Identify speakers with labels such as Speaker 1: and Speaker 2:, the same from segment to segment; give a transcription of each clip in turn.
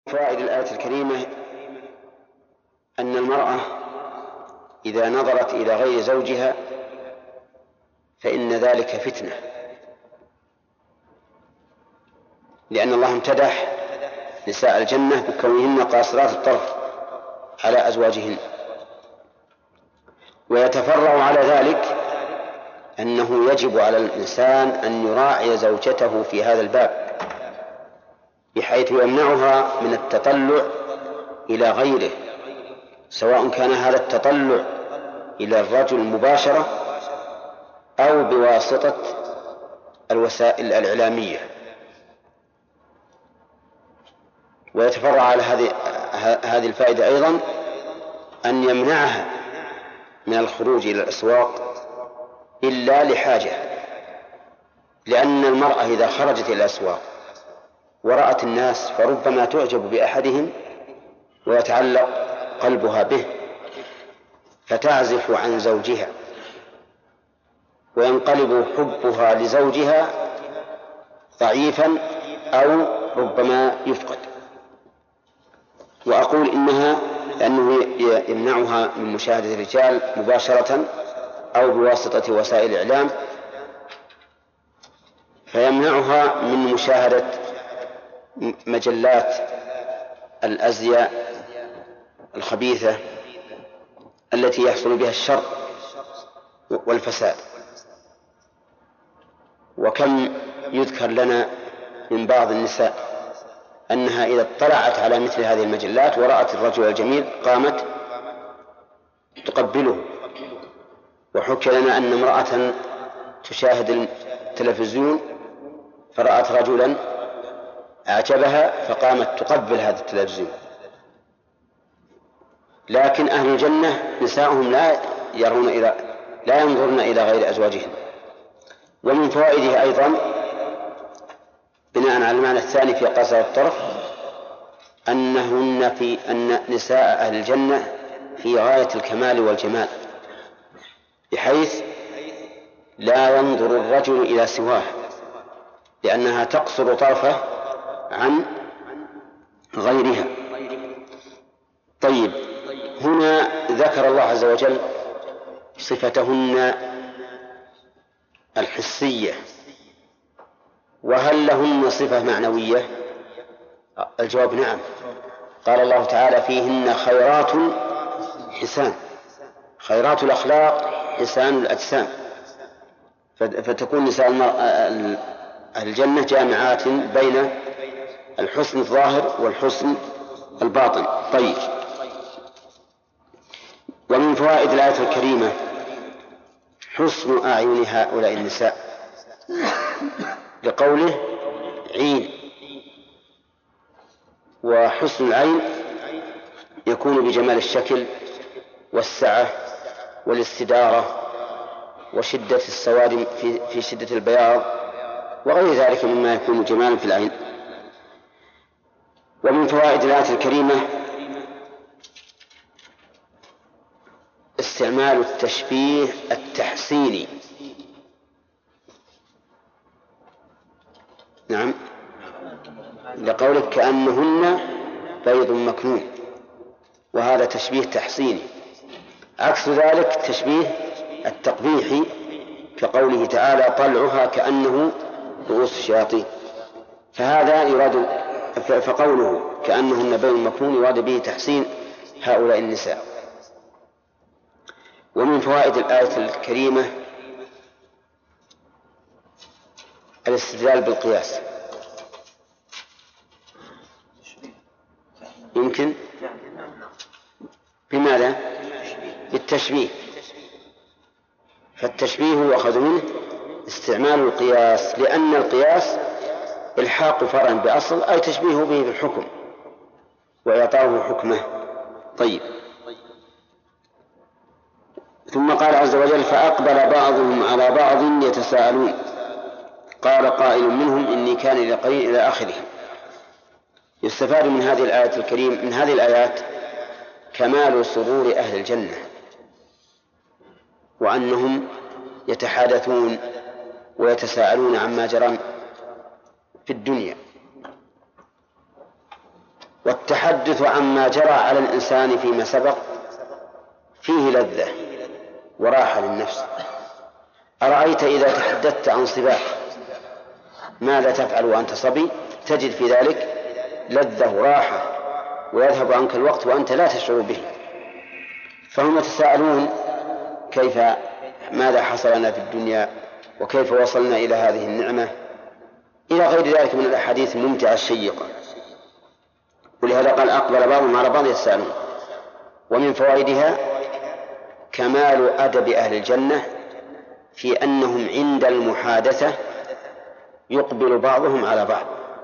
Speaker 1: فوائد الآية الكريمة أن المرأة إذا نظرت إلى غير زوجها فإن ذلك فتنة، لأن الله امتدح نساء الجنة بكونهن قاصرات الطرف على أزواجهن، ويتفرع على ذلك أنه يجب على الإنسان أن يراعي زوجته في هذا الباب، بحيث يمنعها من التطلع إلى غيره، سواء كان هذا التطلع إلى الرجل مباشرة أو بواسطة الوسائل الإعلامية. ويتفرع على هذه الفائدة أيضا أن يمنعها من الخروج إلى الأسواق إلا لحاجة، لأن المرأة إذا خرجت إلى الأسواق ورأت الناس فربما تعجب بأحدهم ويتعلق قلبها به فتعزف عن زوجها وينقلب حبها لزوجها ضعيفا أو ربما يفقد. وأقول إنها لأنه يمنعها من مشاهدة الرجال مباشرة أو بواسطة وسائل الإعلام، فيمنعها من مشاهدة مجلات الأزياء الخبيثة التي يحصل بها الشر والفساد. وكم يذكر لنا من بعض النساء أنها إذا اطلعت على مثل هذه المجلات ورأت الرجل الجميل قامت تقبله. وحكى لنا أن امرأة تشاهد التلفزيون فرأت رجلا أعجبها فقامت تقبل هذا التلفزيون. لكن أهل الجنة نساؤهم لا ينظرن إلى غير أزواجهن. ومن فوائده أيضا بناء على المعنى الثاني في قصر الطرف أن نساء أهل الجنة في غاية الكمال والجمال، بحيث لا ينظر الرجل إلى سواه، لأنها تقصر طرفه عن غيرها. طيب، هنا ذكر الله عز وجل صفتهن الحسية، وهل لهن صفة معنوية؟ الجواب نعم. قال الله تعالى فيهن خيرات حسان، خيرات الأخلاق حسان الأجسام، فتكون نساء أهل الجنة جامعات بين الحسن الظاهر والحسن الباطن. طيب، ومن فوائد الآية الكريمة حسن أعين هؤلاء النساء، لقوله عين، وحسن العين يكون بجمال الشكل والسعة والاستدارة وشدة السواد في شدة البياض وغير ذلك مما يكون جمالا في العين. ومن فوائد الآية الكريمة استعمال التشبيه التحسيني. نعم، لقولك كأنهن بيض مكنون، وهذا تشبيه تحسيني. عكس ذلك تشبيه التقبيحي كقوله تعالى طلعها كأنه رؤوس الشياطين، فقوله كأنهن بيض مكنون يراد به تحسين هؤلاء النساء. ومن فوائد الآية الكريمة الاستدلال بالقياس. يمكن بماذا؟ بالتشبيه. فالتشبيه يؤخذ منه استعمال القياس، لأن القياس الحاق فرع بأصل، أي تشبيه به بالحكم وإعطاه حكمه. طيب، ثم قال عز وجل فأقبل بعضهم على بعض يتساءلون قال قائل منهم إني كان لي قرين إلى آخره. يستفاد من هذه الآية الكريمة من هذه الآيات كمال سرور أهل الجنة، وأنهم يتحادثون ويتساءلون عما جرى في الدنيا. والتحدث عما جرى على الإنسان فيما سبق فيه لذة وراحة للنفس. أرأيت إذا تحدثت عن صباح ماذا تفعل وأنت صبي؟ تجد في ذلك لذة وراحة ويذهب عنك الوقت وأنت لا تشعر به. فهم يتساءلون ماذا حصل لنا في الدنيا وكيف وصلنا إلى هذه النعمة إلى غير ذلك من الأحاديث الممتعة الشيقة. ولهذا قال أقبل بعضهم على بعض يتساءلون. ومن فوائدها كمال أدب أهل الجنة في أنهم عند المحادثة يقبل بعضهم على بعض،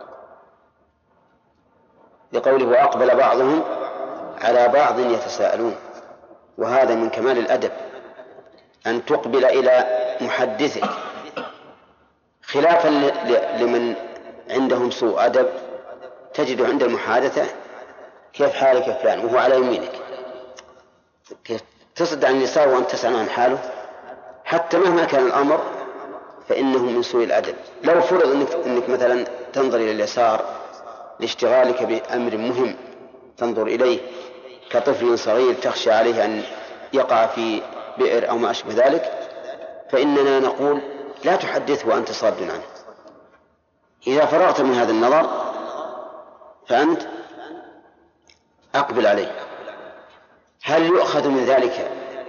Speaker 1: لقوله وأقبل بعضهم على بعض يتساءلون. وهذا من كمال الأدب أن تقبل إلى محدثك، خلافا لمن عندهم سوء أدب تجد عند المحادثة كيف حالك يا فلان وهو على يمينك، كيف تصد عن اليسار وأنت تسأل عن حاله، حتى مهما كان الأمر فإنه من سوء الأدب. لو فرض أنك مثلا تنظر إلى اليسار لاشتغالك بأمر مهم تنظر إليه كطفل صغير تخشى عليه أن يقع في بئر أو ما أشبه ذلك، فإننا نقول لا تحدثه وأنت صاد عنه. إذا فرغت من هذا النظر فأنت أقبل عليه. هل يؤخذ من ذلك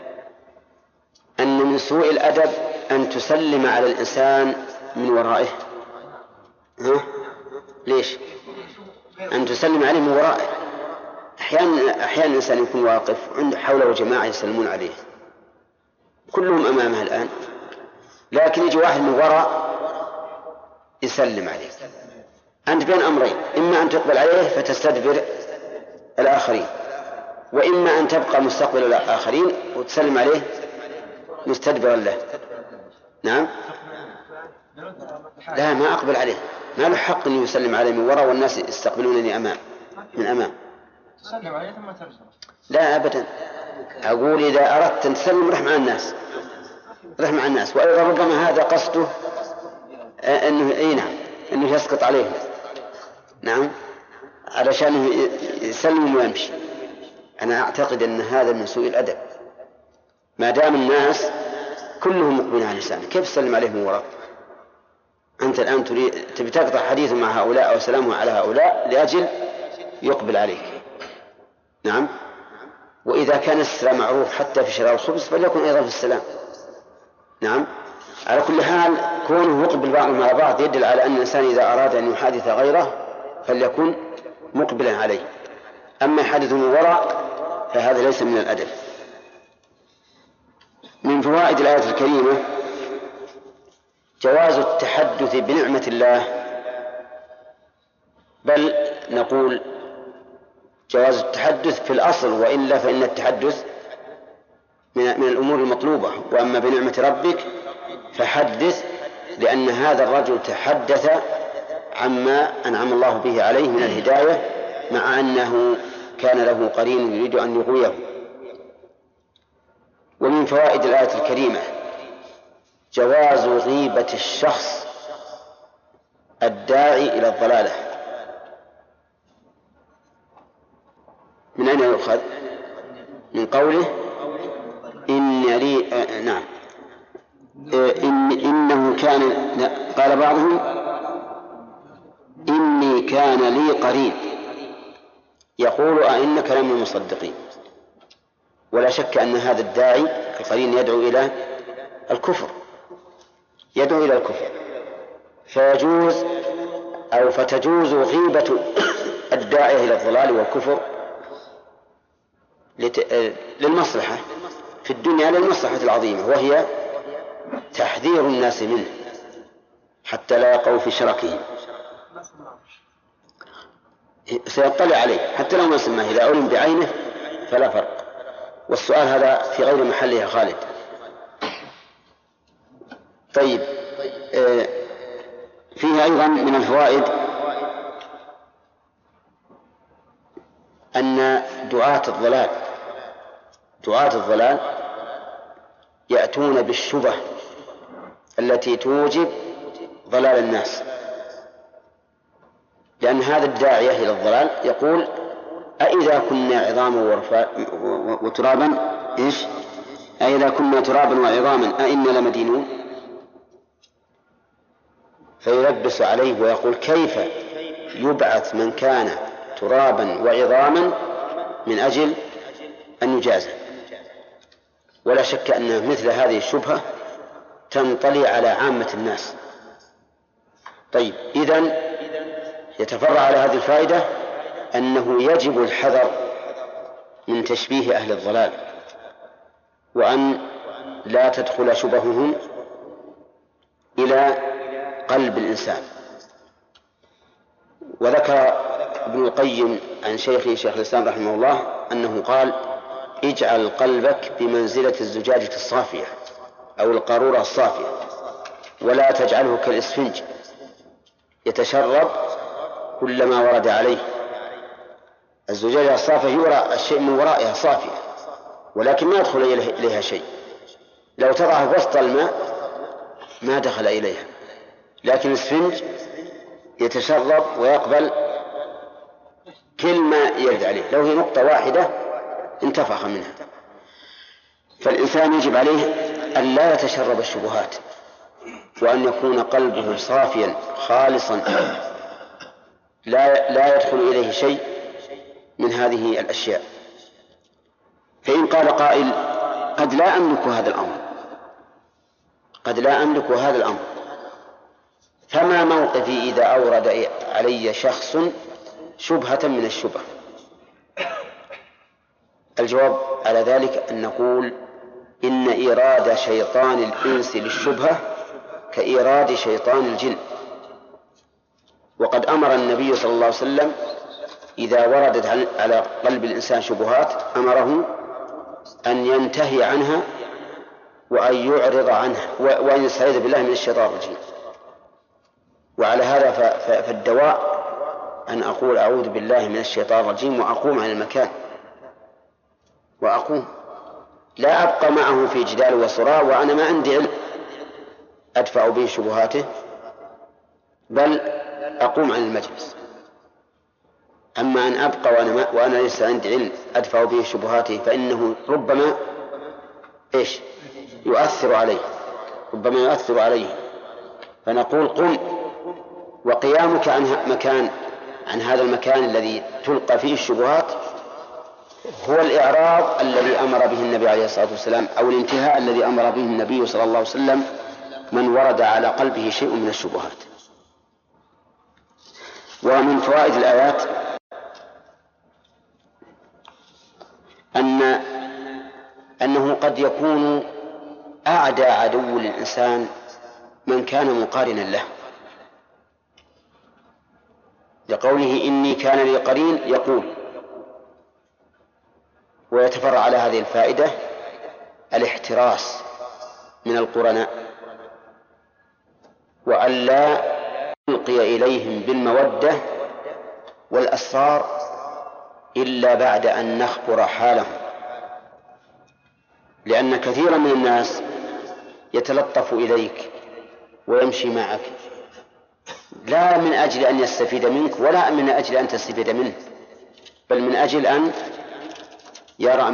Speaker 1: أن من سوء الأدب أن تسلم على الإنسان من ورائه؟ ليش؟ أن تسلم عليه من ورائه. أحيانا الإنسان يكون واقف عند حوله جماعة يسلمون عليه كلهم أمامه الآن، لكن يجي واحد من وراء يسلم عليه. أنت بين أمرين، إما أن تقبل عليه فتستدبر الآخرين، وإما أن تبقى مستقبل الآخرين وتسلم عليه مستدبرا له. نعم، لا ما أقبل عليه، ما له حق أن يسلم عليه من وراء والناس يستقبلونني من أمام.
Speaker 2: تسلم عليه ثم ترجع.
Speaker 1: لا أبدا، أقول إذا أردت أن تسلم رح مع الناس، وأيضا ربما هذا قصده أنه يسقط عليهم. نعم، علشان يسلم ويمشي. أنا أعتقد أن هذا من سوء الأدب، ما دام الناس كلهم مقبلين على لسانه كيف تسلم عليهم من وراء؟ أنت الآن تبي تقطع حديث مع هؤلاء أو سلامه على هؤلاء لأجل يقبل عليك. نعم، وإذا كان السلام معروف حتى في شراء الخبز فليكن أيضا في السلام. نعم، على كل حال كونه يقبل بعضهم على بعض يدل على أن الإنسان إذا أراد أن يحادث غيره فليكن مقبلا عليه. أما حادث من وراء فهذا ليس من الأدب. من فوائد الآية الكريمة جواز التحدث بنعمة الله، بل نقول جواز التحدث في الأصل، وإلا فإن التحدث من الأمور المطلوبة. وأما بنعمة ربك فحدث، لأن هذا الرجل تحدث عما أنعم الله به عليه من الهداية، مع أنه كان له قرين يريد أن يغويه. ومن فوائد الآية الكريمة جواز غيبة الشخص الداعي إلى الضلالة. من أين يؤخذ؟ من قوله إنه كان، قال بعضهم إني كان لي قرين يقول أئنك لمن المصدقين. ولا شك أن هذا الداعي القرين يدعو إلى الكفر، فتجوز غيبة الداعي إلى الضلال والكفر للمصلحة في الدنيا، للمصلحة العظيمة، وهي تحذير الناس منه حتى لا يقعوا في شركهم. سيطلع عليه حتى لو ما سماه، إذا علم بعينه فلا فرق. والسؤال هذا في غير محله يا خالد. طيب، فيه أيضا من الفوائد أن دعاة الضلال يأتون بالشبه التي توجب ضلال الناس، لأن هذا الداعية إلى الضلال يقول أإذا كنا عظاما وترابا إيش؟ أإذا كنا ترابا وعظاما أإنا لمدينون؟ فيلبس عليه ويقول كيف يبعث من كان ترابا وعظاما من أجل أن يجازى؟ ولا شك أن مثل هذه الشبهة تنطلي على عامة الناس. طيب، إذن يتفرع على هذه الفائدة أنه يجب الحذر من تشبيه أهل الضلال، وأن لا تدخل شبههم إلى قلب الإنسان. وذكر ابن القيم عن شيخ الإسلام رحمه الله أنه قال: اجعل قلبك بمنزلة الزجاجة الصافية أو القارورة الصافية، ولا تجعله كالإسفنج يتشرب كلما ورد عليه. الزجاجة الصافية يرى الشيء من ورائها صافية ولكن ما يدخل إليها شيء، لو تضعه وسط الماء ما دخل إليها، لكن الإسفنج يتشرب ويقبل كل ما يرد عليه، لو هي نقطة واحدة انتفخ منها. فالإنسان يجب عليه أن لا يتشرب الشبهات، وأن يكون قلبه صافيا خالصا لا يدخل إليه شيء من هذه الأشياء. فإن قال قائل: قد لا أملك هذا الأمر، فما موقفي إذا أورد علي شخص شبهة من الشبه؟ الجواب على ذلك أن نقول: إن إيراد شيطان الإنس للشبهة كإيراد شيطان الجن. وقد أمر النبي صلى الله عليه وسلم إذا وردت على قلب الإنسان شبهات أمره أن ينتهي عنها وأن يعرض عنها وأن يستعيذ بالله من الشيطان الرجيم. وعلى هذا فالدواء أن أقول أعوذ بالله من الشيطان الرجيم وأقوم عن المكان، لا أبقى معه في جدال وصراع وأنا ما عندي علم أدفع به شبهاته، بل أقوم عن المجلس. أما أن أبقى وأنا ليس عندي علم أدفع به شبهاته فإنه ربما يؤثر عليه، فنقول: قم. وقيامك عن هذا المكان الذي تلقى فيه الشبهات هو الإعراض الذي أمر به النبي عليه الصلاة والسلام، أو الانتهاء الذي أمر به النبي صلى الله عليه وسلم من ورد على قلبه شيء من الشبهات. ومن فوائد الآيات أنه قد يكون أعدى عدو للإنسان من كان مقارنا له، لقوله: إني كان لي قرين يقول. ويتفرع على هذه الفائدة الاحتراس من القرناء، وأن لا يلقي إليهم بالمودة والأسرار إلا بعد أن نخبر حالهم، لأن كثيرا من الناس يتلطف إليك ويمشي معك لا من أجل أن يستفيد منك ولا من أجل أن تستفيد منه، بل من أجل أن يرى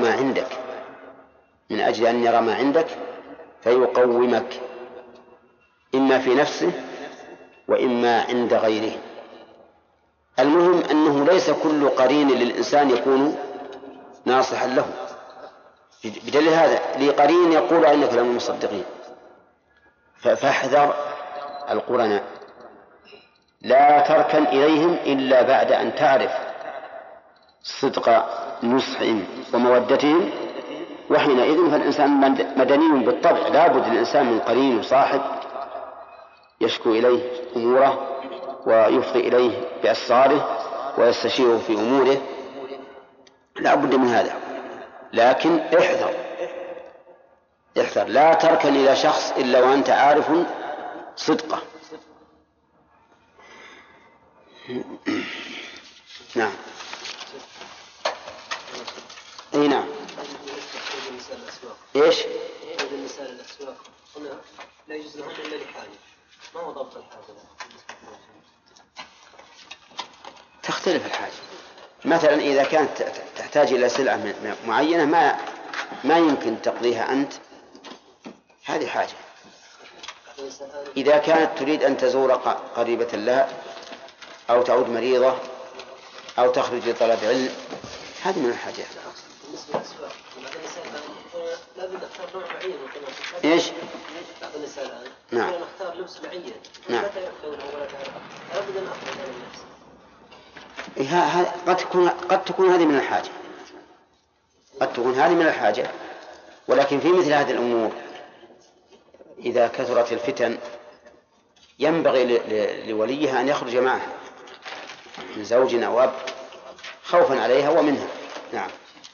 Speaker 1: ما عندك، فيقومك إما في نفسه وإما عند غيره. المهم أنه ليس كل قرين للإنسان يكون ناصحا له. بدليل هذا لي قرين يقول إنك لمن المصدقين. فاحذر القرناء، لا تركن إليهم إلا بعد أن تعرف صدق نصحهم ومودتهم، وحينئذ فالإنسان مدني بالطبع، لا بد الإنسان من قرين وصاحب يشكو إليه أموره ويفضي إليه بأسراره ويستشيره في أموره، لا بد من هذا. لكن احذر لا تركن إلى شخص إلا وأنت عارف صدقه. نعم. اي نعم. ايش؟
Speaker 3: النساء الأسواق قلنا لا يجوز لهم إلا لحاجة، ما هو ضبط الحاجة؟
Speaker 1: تختلف الحاجة، مثلا إذا كانت تحتاج إلى سلعة معينة ما يمكن تقضيها أنت، هذه حاجة. إذا كانت تريد أن تزور قريبة لها أو تعود مريضة أو تخرج لطلب علم، هذه من الحاجات.
Speaker 3: بالنسبة للأسواق بعض النساء لا بد نختار نوع معين
Speaker 1: إيش؟
Speaker 3: بعض النساء الآن
Speaker 1: نعم.
Speaker 3: نختار لبس معين
Speaker 1: نعم.
Speaker 3: لا تعرف لونه ولا تعرف، لا بد أن أخرج على النفس.
Speaker 1: قد تكون هذه من الحاجة، قد تكون هذه من الحاجة، ولكن في مثل هذه الأمور إذا كثرت الفتن ينبغي لوليها أن يخرج معها من زوج أو أب خوفا عليها ومنها. نعم.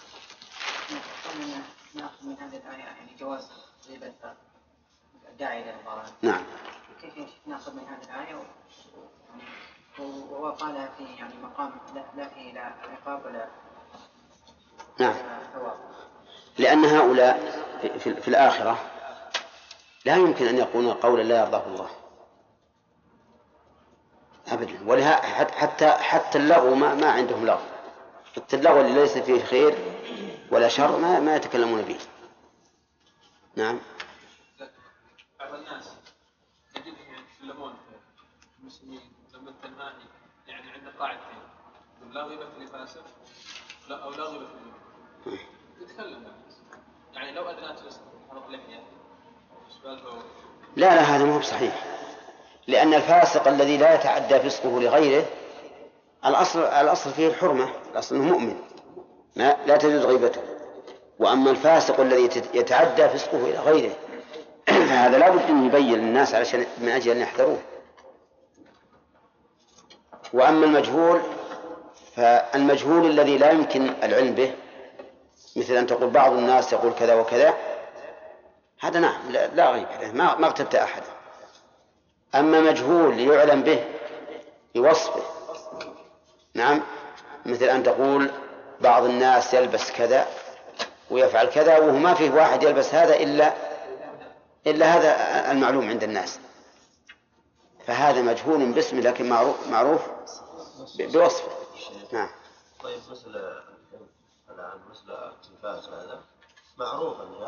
Speaker 4: نأخذ من هذه الآية يعني جواز غيبة الداعي إلى المباراة.
Speaker 1: نعم.
Speaker 4: كيف نأخذ من هذه الآية وهو قال في يعني مقام لا فيه لا عقاب ولا
Speaker 1: نعم.
Speaker 4: ثواب.
Speaker 1: لأن هؤلاء في الآخرة لا يمكن أن يقولون قولا لا يرضاه الله أبدا، ولها حتى اللغو ما عندهم لغو، حتى اللغو اللي ليس فيه خير ولا شر ما يتكلمون به. نعم.
Speaker 2: بعض الناس يجدهم يتكلمون في المسلمين لما التنهاني يعني عند قاعدتين لا غيبة لفاسق أو لا غيبة للمؤمن يتكلم الناس يعني لو أدنات حرق لحية
Speaker 1: لا هذا مو بصحيح، لأن الفاسق الذي لا يتعدى فسقه لغيره الأصل فيه الحرمة، الأصل أنه مؤمن لا تجوز غيبته. وأما الفاسق الذي يتعدى فسقه إلى غيره فهذا لا بد أن يبين للناس علشان من أجل أن يحذروه. وأما المجهول فالمجهول الذي لا يمكن العلم به، مثل أن تقول بعض الناس يقول كذا وكذا، هذا نعم لا غيب ما اغتبت أحد. أما مجهول يعلم به بوصفه، نعم، مثل أن تقول بعض الناس يلبس كذا ويفعل كذا وهو ما فيه واحد يلبس هذا إلا هذا المعلوم عند الناس، فهذا مجهول باسمه لكن معروف بوصفه. نعم.
Speaker 5: طيب مثل التلفاز هذا معروف أنه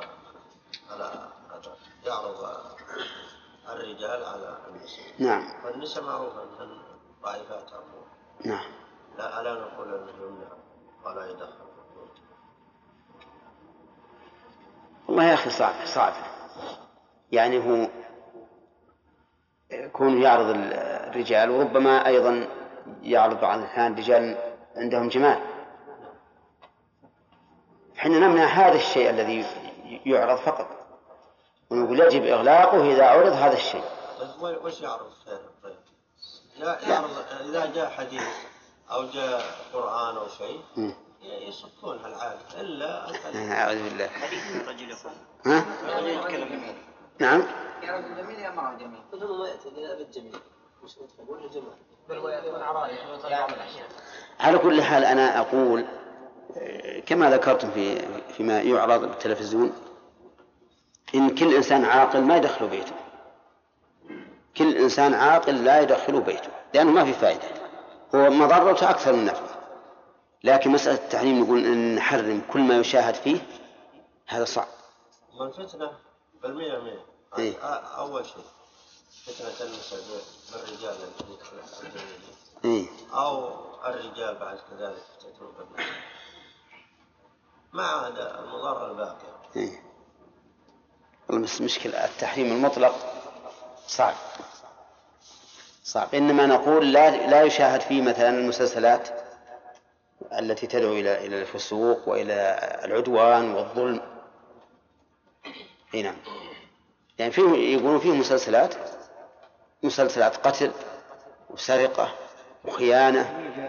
Speaker 5: يعرض الرجال على النساء.
Speaker 1: نعم.
Speaker 5: والنساء معروف أنهن ضعيفات أمور.
Speaker 1: نعم.
Speaker 5: ألا نقول أنهن ولا يدخل.
Speaker 1: والله يا أخي صعب يعني هو يكون يعرض الرجال وربما أيضا يعرض بعض الأحيان رجال عندهم جمال، حين نمنع هذا الشيء الذي يعرض فقط ونقول يجب إغلاقه إذا عرض هذا الشيء.
Speaker 5: وش يعرض خير؟ يعرض إذا جاء حديث أو جاء قرآن أو شيء يصفون هالعالم إلا
Speaker 1: أعوذ بالله.
Speaker 4: حديث الرجل يقول
Speaker 1: ها؟
Speaker 4: يتكلم جميل.
Speaker 1: نعم.
Speaker 4: يعرض الجميل يا مرأة جميل.
Speaker 3: كلهم ما يأتي إلى بالجميل مش ولا جمال
Speaker 4: بل ويكون عرايا.
Speaker 1: على كل حال أنا أقول كما ذكرتم فيما يعرض بالتلفزيون إن كل إنسان عاقل ما يدخل بيته، كل إنسان عاقل لا يدخل بيته لأنه ما في فائدة، هو مضرته أكثر من نفعه. لكن مسألة التحريم نقول إن نحرم كل ما يشاهد فيه هذا صعب.
Speaker 5: والفتنة بالمية أول شيء فتنة النساء بالرجال الذي يدخل أو الرجال بعد كذلك فتنة بالمية مع هذا المضار الباقي.
Speaker 1: المشكلة التحريم المطلق صعب. إنما نقول لا يشاهد فيه مثلا المسلسلات التي تدعو إلى الفسوق وإلى العدوان والظلم. نعم. يعني يقولون فيه مسلسلات قتل وسرقة وخيانة.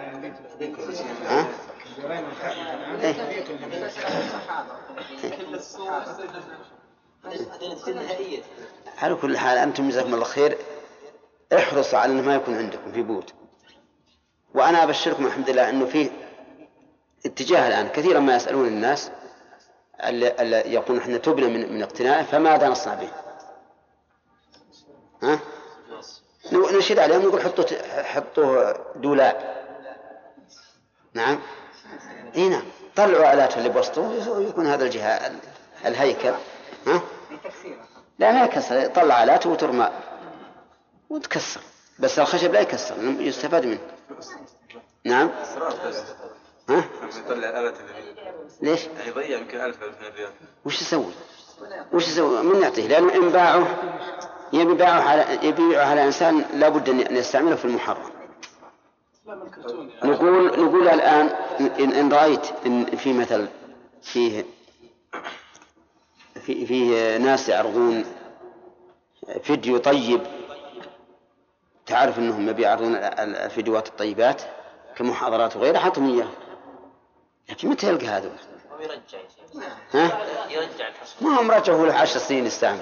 Speaker 1: على كل حال أنتم جزاكم الله خير احرصوا على أنه ما يكون عندكم في بيوت. وأنا أبشركم الحمد لله أنه فيه اتجاه الآن كثيرا ما يسألون الناس يقولون إحنا تبنى من اقتناء فماذا نصنع به؟ نشير عليهم نقول حطوا دولاب نعم اي نعم، طلعوا آلات اللي بوسطه ويكون هذا الجهة الهيكل. ها؟ لا ما يكسر، طلع آلاته وترمى وتكسر، بس الخشب لا يكسر، يستفاد منه. نعم. ها؟
Speaker 2: يطلع آلات
Speaker 1: ليش؟
Speaker 2: يضيع يمكن 1000 ريال.
Speaker 1: وش يسوي؟ من يعطيه؟ لأنه إن باعه يبيعه على إنسان لا بد أن يستعمله في المحرم. نقول الآن إن رأيت إن في مثل فيه ناس يعرضون فيديو طيب، تعرف أنهم يعرضون الفيديوهات الطيبات كمحاضرات وغيرها، حطهم إياه، لكن متى يلقى هذا؟ ها؟ ما هم رجعوا له 10 سنين يستعمل.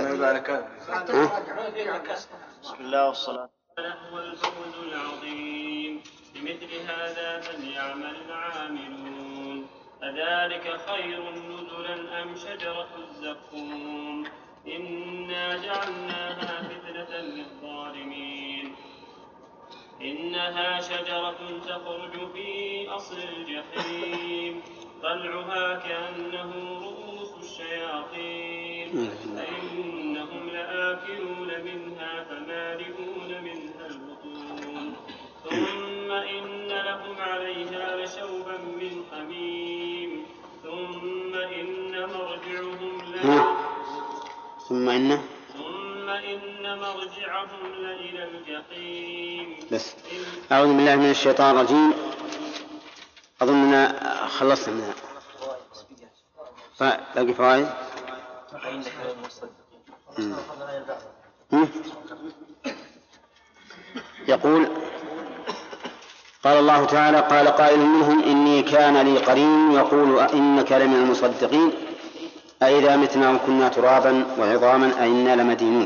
Speaker 6: بسم الله والصلاة.
Speaker 7: هو الفوز العظيم، بمثل هذا فليعمل العاملون. أذلك خير نزلا أم شجرة الزقوم إنا جعلناها فتنة للظالمين. إنها شجرة تخرج في أصل الجحيم طلعها كأنه رؤوس الشياطين فإنهم لآكلون منها فمالئون منها البطون ثم إن لهم عليها لشوبا من حميم ثم إن مرجعهم لإلى الجحيم.
Speaker 1: بس أعوذ بالله من الشيطان الرجيم. أظننا خلصنا منها. باقي فوائد. يقول قال الله تعالى قال قائل منهم إني كان لي قرين يقول أئنك لمن المصدقين أئذا متنا وكنا ترابا وعظاما أئنا لمدينون.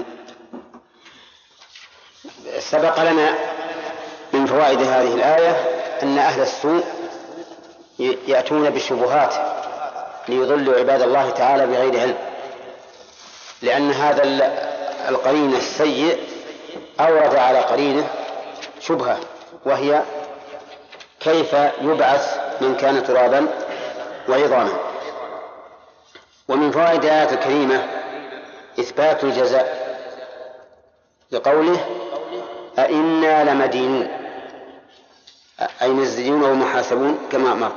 Speaker 1: سبق لنا من فوائد هذه الآية أن أهل السوء يأتون بالشبهات ليضلوا عباد الله تعالى بغير علم، لأن هذا القرين السيء أورد على قرينه شبهة، وهي كيف يبعث من كان ترابا وعظاما. ومن فوائد الآية الكريمة إثبات الجزاء لقوله أئنا لمدينون، أي مزجون ومحاسبون كما أمر.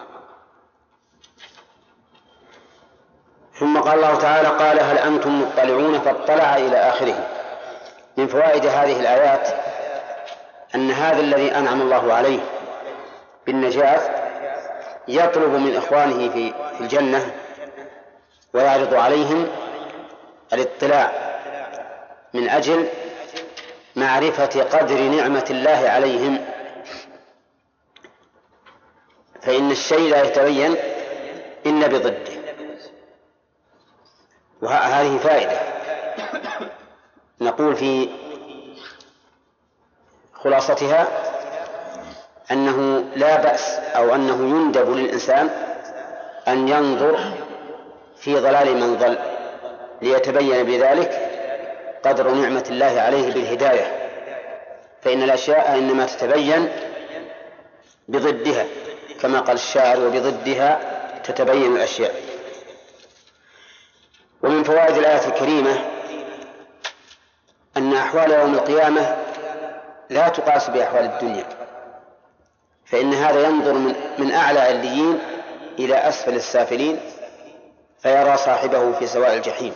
Speaker 1: ثم قال الله تعالى قال هل أنتم مطلعون فاطلع إلى آخره. من فوائد هذه الآيات أن هذا الذي أنعم الله عليه بالنجاة يطلب من إخوانه في الجنة ويعرض عليهم الاطلاع من أجل معرفة قدر نعمة الله عليهم، فإن الشيء لا يتبين إلا بضده. وهذه فائدة نقول في خلاصتها أنه لا بأس أو أنه يندب للإنسان أن ينظر في ضلال من ضل ليتبين بذلك قدر نعمة الله عليه بالهداية، فإن الأشياء إنما تتبين بضدها كما قال الشاعر وبضدها تتبين الأشياء. ومن فوائد الآية الكريمة أن أحوال يوم القيامة لا تقاس بأحوال الدنيا، فإن هذا ينظر من أعلى عليين إلى أسفل السافلين فيرى صاحبه في سواء الجحيم.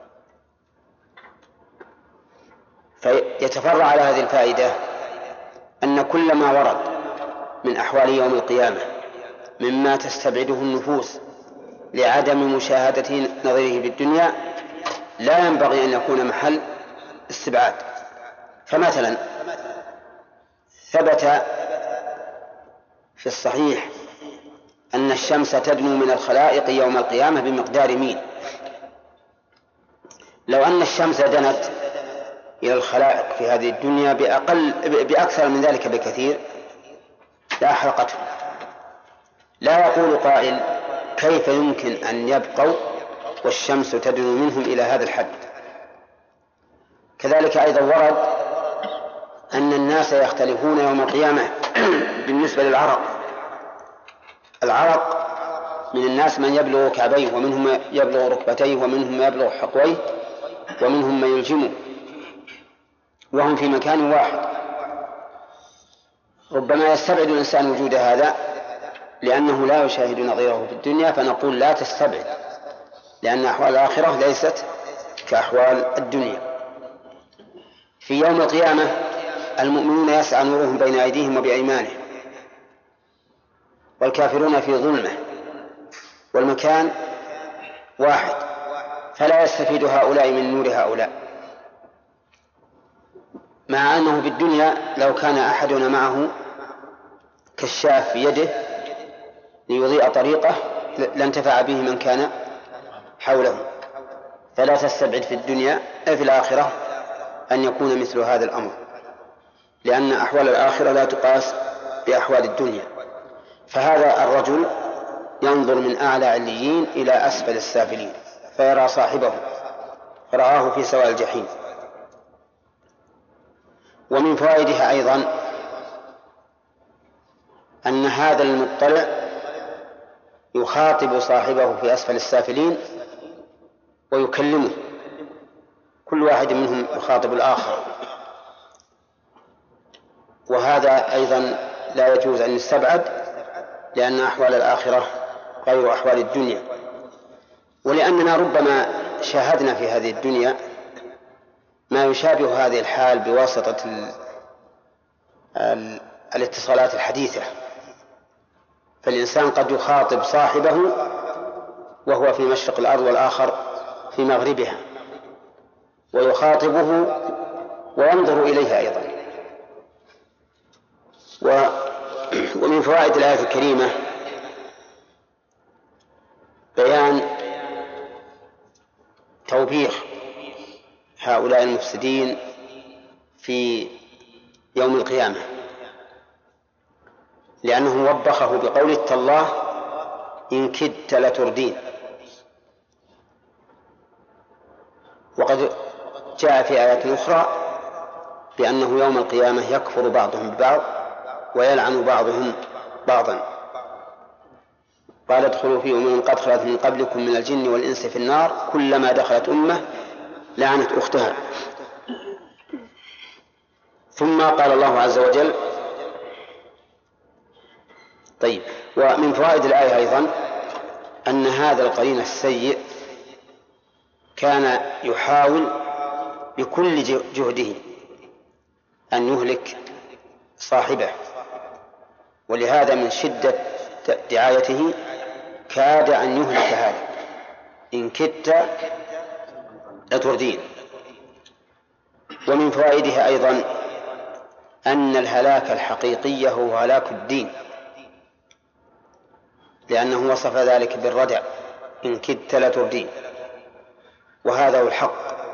Speaker 1: فيتفرع على هذه الفائدة أن كل ما ورد من أحوال يوم القيامة مما تستبعده النفوس لعدم مشاهدة نظيره بالدنيا لا ينبغي أن يكون محل استبعاد. فمثلا ثبت في الصحيح أن الشمس تدنو من الخلائق يوم القيامة بمقدار ميل. لو أن الشمس دنت إلى الخلائق في هذه الدنيا بأكثر من ذلك بكثير لأحرقته. لا يقول قائل كيف يمكن أن يبقوا والشمس تدنو منهم إلى هذا الحد. كذلك أيضا ورد أن الناس يختلفون يوم القيامة بالنسبة للعرق، العرق من الناس من يبلغ كعبيه، ومنهم يبلغ ركبتيه، ومنهم يبلغ حقويه، ومنهم من يلجمه، وهم في مكان واحد. ربما يستبعد الإنسان وجود هذا لأنه لا يشاهد نظيره في الدنيا، فنقول لا تستبعد، لأن أحوال الآخرة ليست كأحوال الدنيا. في يوم القيامة المؤمنون يسعى نورهم بين أيديهم وبأيمانهم، والكافرون في ظلمة، والمكان واحد، فلا يستفيد هؤلاء من نور هؤلاء، مع أنه في الدنيا لو كان أحدنا معه كشاف في يده ليضيء طريقه لانتفع به من كان حوله. فلا تستبعد في الدنيا في الآخرة أن يكون مثل هذا الأمر، لأن أحوال الآخرة لا تقاس بأحوال الدنيا. فهذا الرجل ينظر من أعلى عليين إلى أسفل السافلين فيرى صاحبه، فرآه في سواء الجحيم. ومن فوائدها أيضا أن هذا المطلع يخاطب صاحبه في أسفل السافلين ويكلمه، كل واحد منهم يخاطب الآخر، وهذا أيضا لا يجوز أن يستبعد، لأن أحوال الآخرة غير أحوال الدنيا. ولأننا ربما شاهدنا في هذه الدنيا ما يشابه هذه الحال بواسطة الاتصالات الحديثة، فالإنسان قد يخاطب صاحبه وهو في مشرق الأرض والآخر في مغربها، ويخاطبه وينظر إليه أيضا. ومن فوائد الآية الكريمة بيان توبيخ هؤلاء المفسدين في يوم القيامة، لأنه وبخه بقوله تالله إن كدت لتردين. وقد جاء في آيات أخرى بأنه يوم القيامة يكفر بعضهم ببعض ويلعن بعضهم بعضا. قال ادخلوا في أمم قد خلت من قبلكم من الجن والإنس في النار كلما دخلت أمة لعنت أختها. ثم قال الله عز وجل طيب. ومن فوائد الآية أيضا أن هذا القرين السيء كان يحاول بكل جهده أن يهلك صاحبه، ولهذا من شدة دعايته كاد أن يهلك هذا إن كدت لتردين. ومن فوائدها أيضا أن الهلاك الحقيقي هو هلاك الدين، لأنه وصف ذلك بالردع إن كدت لتردين، وهذا هو الحق،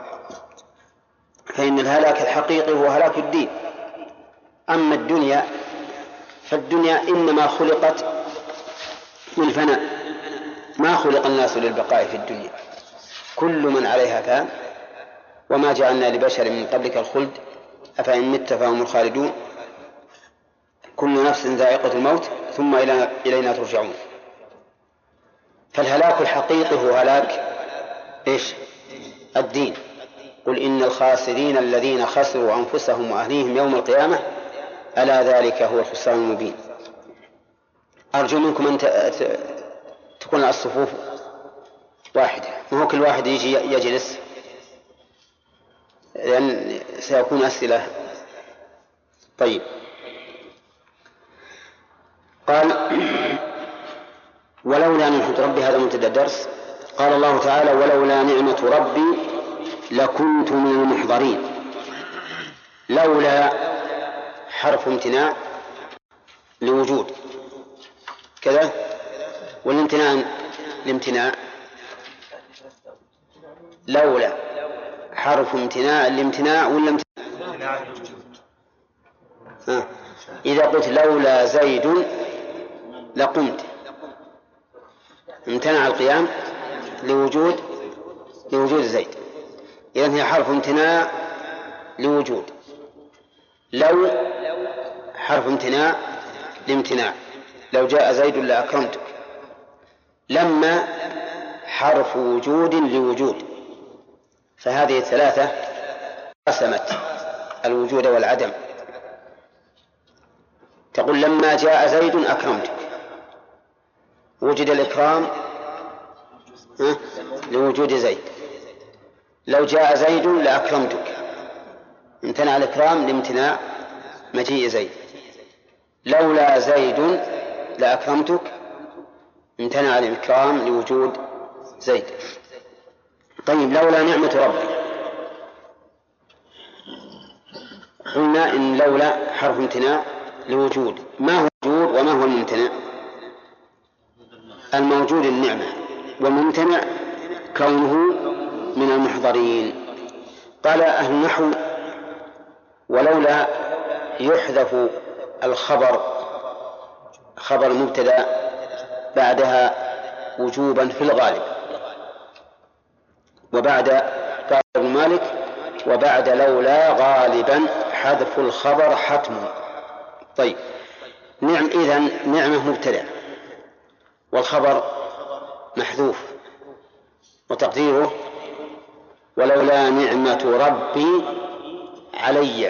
Speaker 1: فإن الهلاك الحقيقي هو هلاك الدين. أما الدنيا فالدنيا إنما خلقت للفناء، ما خلق الناس للبقاء في الدنيا، كل من عليها فان وما جعلنا لبشر من قبلك الخلد أفإن مت فهم الخالدون كل نفس ذائقة الموت ثم إلينا ترجعون. فالهلاك الحقيقي هو هلاك الدين. قل إن الخاسرين الذين خسروا أنفسهم وأهليهم يوم القيامة ألا ذلك هو الخسران المبين. أرجو منكم أن تكون الصفوف واحدة، وهو كل واحد يجي يجلس، لأن سيكون أسئلة. طيب. قال ولولا نعمة ربي، هذا منتدى الدرس. قال الله تعالى ولولا نعمة ربي لكنت من المحضرين. لولا حرف امتناع لوجود كذا، والامتناع الامتناع لولا حرف امتناع الامتناع ولا إذا قلت لولا زيد لقمت، امتنع القيام لوجود زيد، إذن هي حرف امتناع لوجود. لو حرف امتناع لامتناع لو جاء زيد لأكرمتك. لما حرف وجود لوجود، فهذه الثلاثة قسمت الوجود والعدم. تقول لما جاء زيد أكرمتك، وجد الإكرام لوجود زيد. لو جاء زيد لأكرمتك، امتنع الإكرام لامتناع مجيء زيد. لولا زيد لأكرمتك، امتنع الإكرام لوجود زيد. طيب لولا نعمة ربي، قلنا إن لولا حرف امتناع لوجود. ما هو الوجود وما هو الممتنع؟ الموجود النعمة، والممتنع كونه من المحضرين. قال أهل النحو ولولا يحذف الخبر، خبر مبتدأ بعدها وجوبا في الغالب. قال ابن مالك وبعد لولا غالبا حذف الخبر حتم. طيب إذن نعمة مبتدأ والخبر محذوف، وتقديره ولولا نعمة ربي علي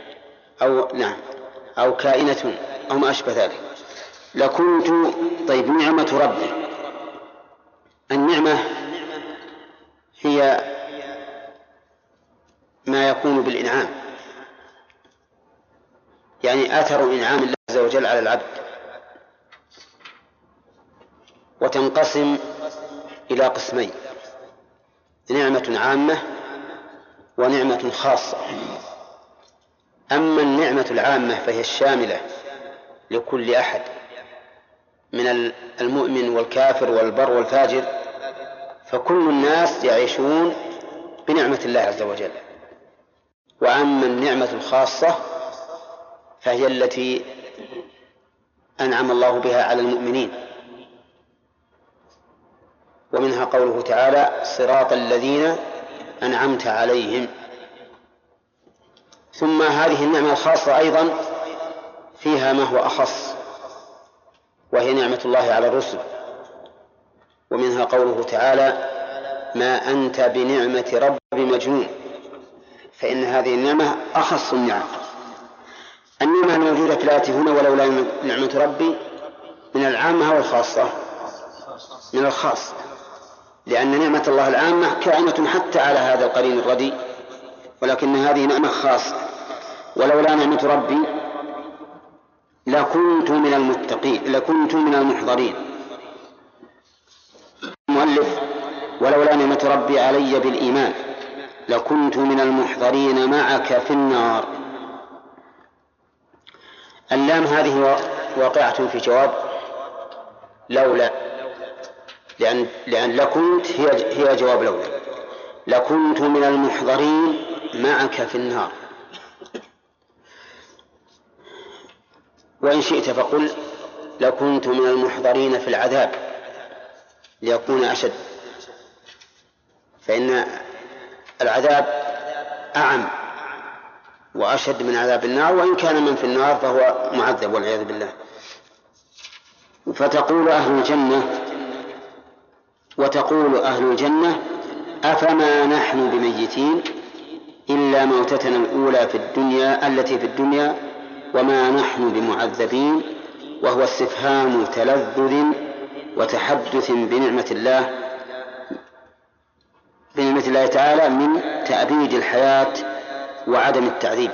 Speaker 1: أو كائنة أو ما أشبه ذلك لكنت. طيب نعمة ربي، النعمة هي ما يكون بالإنعام، يعني أثر إنعام الله عز وجل على العبد، وتنقسم إلى قسمين: نعمة عامة ونعمة خاصة. أما النعمة العامة فهي الشاملة لكل أحد من المؤمن والكافر والبر والفاجر، فكل الناس يعيشون بنعمة الله عز وجل. وأما النعمة الخاصة فهي التي أنعم الله بها على المؤمنين، ومنها قوله تعالى صراط الذين أنعمت عليهم. ثم هذه النعمة الخاصة أيضا فيها ما هو أخص، وهي نعمة الله على الرسل، ومنها قوله تعالى ما أنت بنعمة رب بمجنون، فإن هذه النعمة أخص النعم. النعمة الموجودة في الآية هنا ولولا نعمة ربي من العامة والخاصة، من الخاص، لأن نعمة الله العامة كائنة حتى على هذا القرين الرديء، ولكن هذه نعمة خاصة. ولولا نعمة ربي لكنت من المتقين، لكنت من المحضرين. المؤلف ولولا نعمة ربي علي بالإيمان لكنت من المحضرين معك في النار. اللام هذه واقعة في جواب لولا، لأن لكنت هي جواب لولا. لكنت من المحضرين معك في النار. وإن شئت فقل لكنت من المحضرين في العذاب ليكون أشد، فإن العذاب أعم وأشد من عذاب النار، وإن كان من في النار فهو معذب والعياذ بالله. فتقول أهل الجنة وتقول أهل الجنة أفما نحن بميتين إلا موتتنا الأولى في الدنيا التي في الدنيا وما نحن بمعذبين، وهو استفهام تلذذ وتحدث بنعمة الله تعالى من تأبيد الحياة وعدم التعذيب.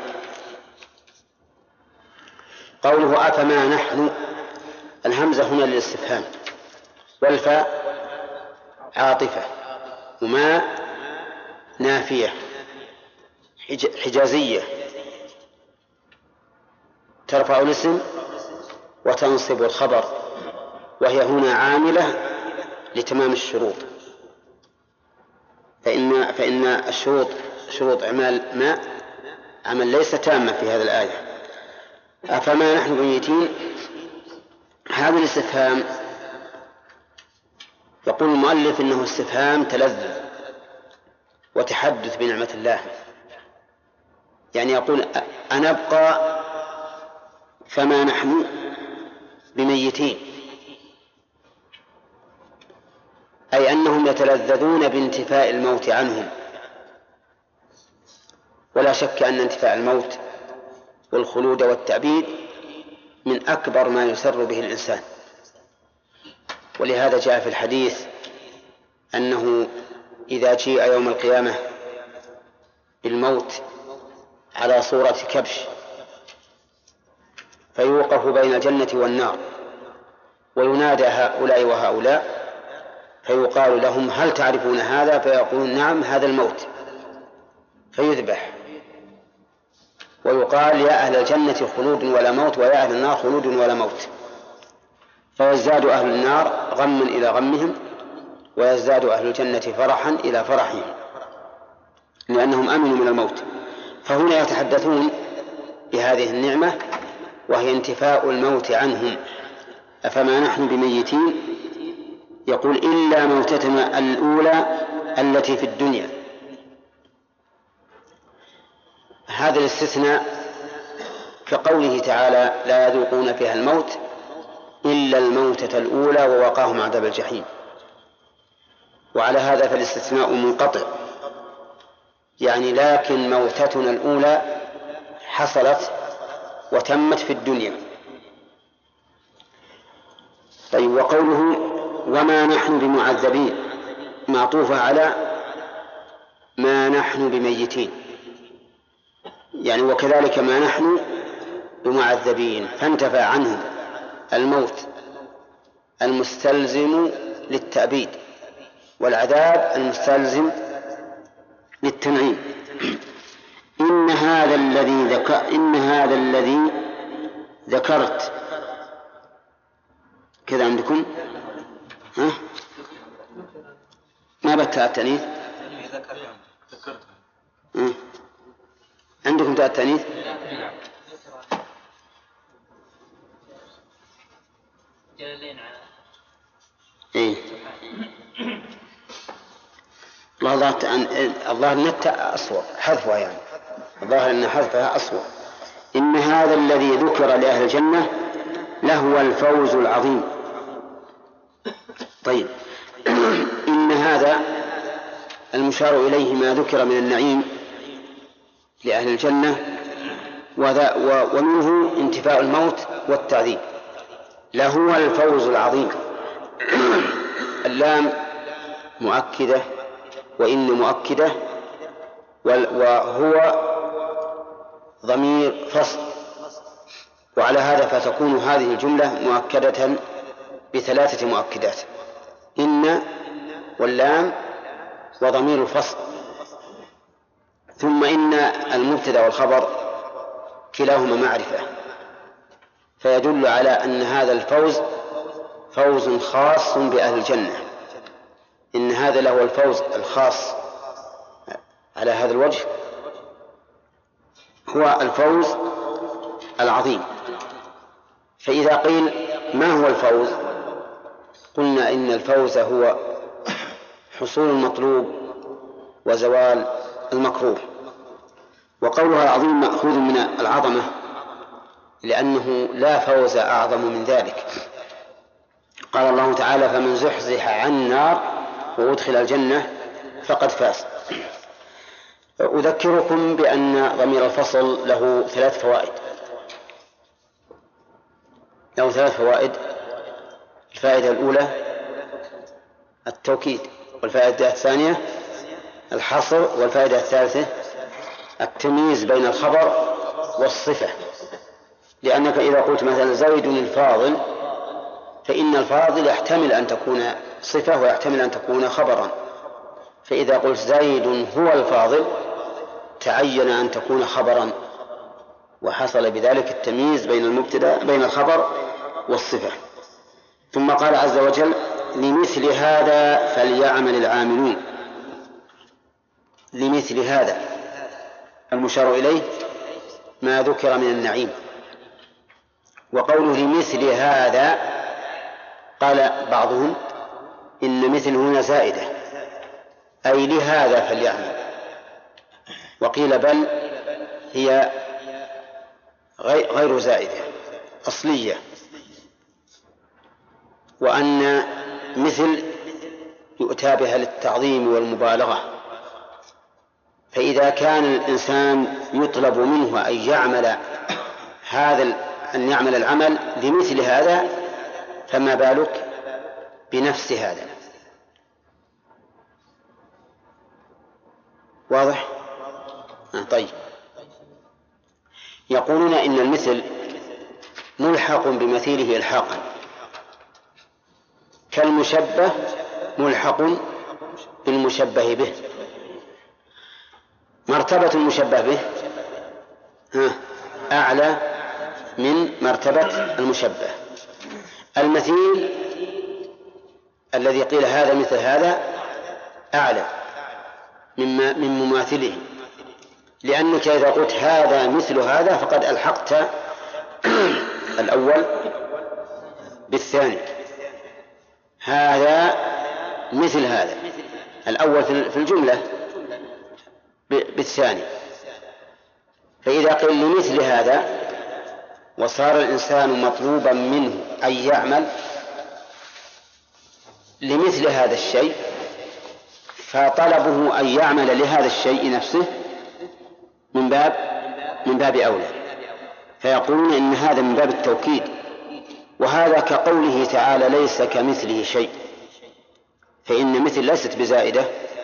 Speaker 1: قوله أفما نحن، الهمزة هنا للاستفهام، والفاء عاطفة، وما نافية حجازية ترفع الاسم وتنصب الخبر، وهي هنا عاملة لتمام الشروط، فإن الشروط شروط إعمال ما عمل ليس تامة في هذه الآية. أفما نحن بميتين، هذا الاستفهام يقول المؤلف إنه استفهام تلذذ وتحدث بنعمة الله، يعني يقول أنبقى فما نحن بميتين، أي أنهم يتلذذون بانتفاء الموت عنهم. ولا شك أن انتفاء الموت والخلود والتعبيد من أكبر ما يسر به الإنسان. ولهذا جاء في الحديث أنه إذا جيء يوم القيامة بالموت على صورة كبش فيوقف بين الجنة والنار وينادى هؤلاء وهؤلاء فيقال لهم هل تعرفون هذا؟ فيقولون نعم هذا الموت، فيذبح ويقال يا أهل الجنة خلود ولا موت ويا أهل النار خلود ولا موت، فيزداد أهل النار غما إلى غمهم ويزداد أهل الجنة فرحا إلى فرحهم لأنهم أمنوا من الموت. فهنا يتحدثون بهذه النعمة وهي انتفاء الموت عنهم. أفما نحن بميتين؟ يقول إلا موتتنا الأولى التي في الدنيا. هذا الاستثناء كقوله تعالى لا يذوقون فيها الموت إلا الموتة الأولى ووقاهم عذاب الجحيم. وعلى هذا فالاستثناء منقطع، يعني لكن موتتنا الأولى حصلت وتمت في الدنيا. طيب، وقوله وما نحن بمعذبين معطوفة على ما نحن بميتين، يعني وكذلك ما نحن بمعذبين، فانتفى عنهم الموت المستلزم للتأبيد والعذاب المستلزم للتنعيم. إن هذا الذي ذكرت كذا عندكم ها؟ ما بتاء التأنيث عندكم تاء التأنيث؟ إيه الظاهر أن التاء أصوب حذفها، يعني الظاهر أن حذفها أصوب. إن هذا الذي ذكر لأهل الجنة لهو الفوز العظيم. طيب، إن هذا المشار إليه ما ذكر من النعيم لأهل الجنة ومنه انتفاء الموت والتعذيب. لهو الفوز العظيم. اللام مؤكدة وإن مؤكدة وهو ضمير فصل، وعلى هذا فتكون هذه الجملة مؤكدة بثلاثة مؤكدات: إن واللام وضمير الفصل. ثم إن المبتدأ والخبر كلاهما معرفة، فيدل على أن هذا الفوز فوز خاص بأهل الجنة. إن هذا له الفوز الخاص على هذا الوجه هو الفوز العظيم. فإذا قيل ما هو الفوز؟ قلنا إن الفوز هو حصول المطلوب وزوال المكروه. وقولها العظيم مأخوذ من العظمة، لأنه لا فوز أعظم من ذلك. قال الله تعالى فمن زحزح عن النار وأدخل الجنة فقد فاز. أذكركم بأن ضمير الفصل له ثلاث فوائد. الفائدة الأولى التوكيد، والفائدة الثانية الحصر، والفائدة الثالثة التمييز بين الخبر والصفة. لأنك إذا قلت مثلا زيد الفاضل فإن الفاضل يحتمل أن تكون صفة ويحتمل أن تكون خبرا، فإذا قلت زيد هو الفاضل تعين أن تكون خبرا، وحصل بذلك التمييز بين المبتدأ بين الخبر والصفة. ثم قال عز وجل لمثل هذا فليعمل العاملون. لمثل هذا المشار إليه ما ذكر من النعيم. وقوله لمثل هذا قال بعضهم إن مثل هنا زائدة أي لهذا فليعمل، وقيل بل هي غير زائدة أصلية، وأن مثل يؤتى بها للتعظيم والمبالغة، فإذا كان الإنسان يطلب منه أن يعمل العمل بمثل هذا، فما بالك بنفس هذا؟ واضح؟ طيب. يقولون إن المثل ملحق بمثيله إلحاقا، كالمشبه ملحق بالمشبه به. مرتبة المشبه به أعلى من مرتبة المشبه. المثيل الذي قيل هذا مثل هذا أعلى من مماثله، لأنك إذا قلت هذا مثل هذا فقد ألحقت الأول بالثاني. هذا مثل هذا، الأول في الجملة بالثاني. فإذا قيل لمثل هذا وصار الإنسان مطلوبا منه أن يعمل لمثل هذا الشيء، فطلبه أن يعمل لهذا الشيء نفسه من باب أولى. فيقولون إن هذا من باب التوكيد، وهذا كقوله تعالى ليس كمثله شيء، فإن مثل ليست بزائدة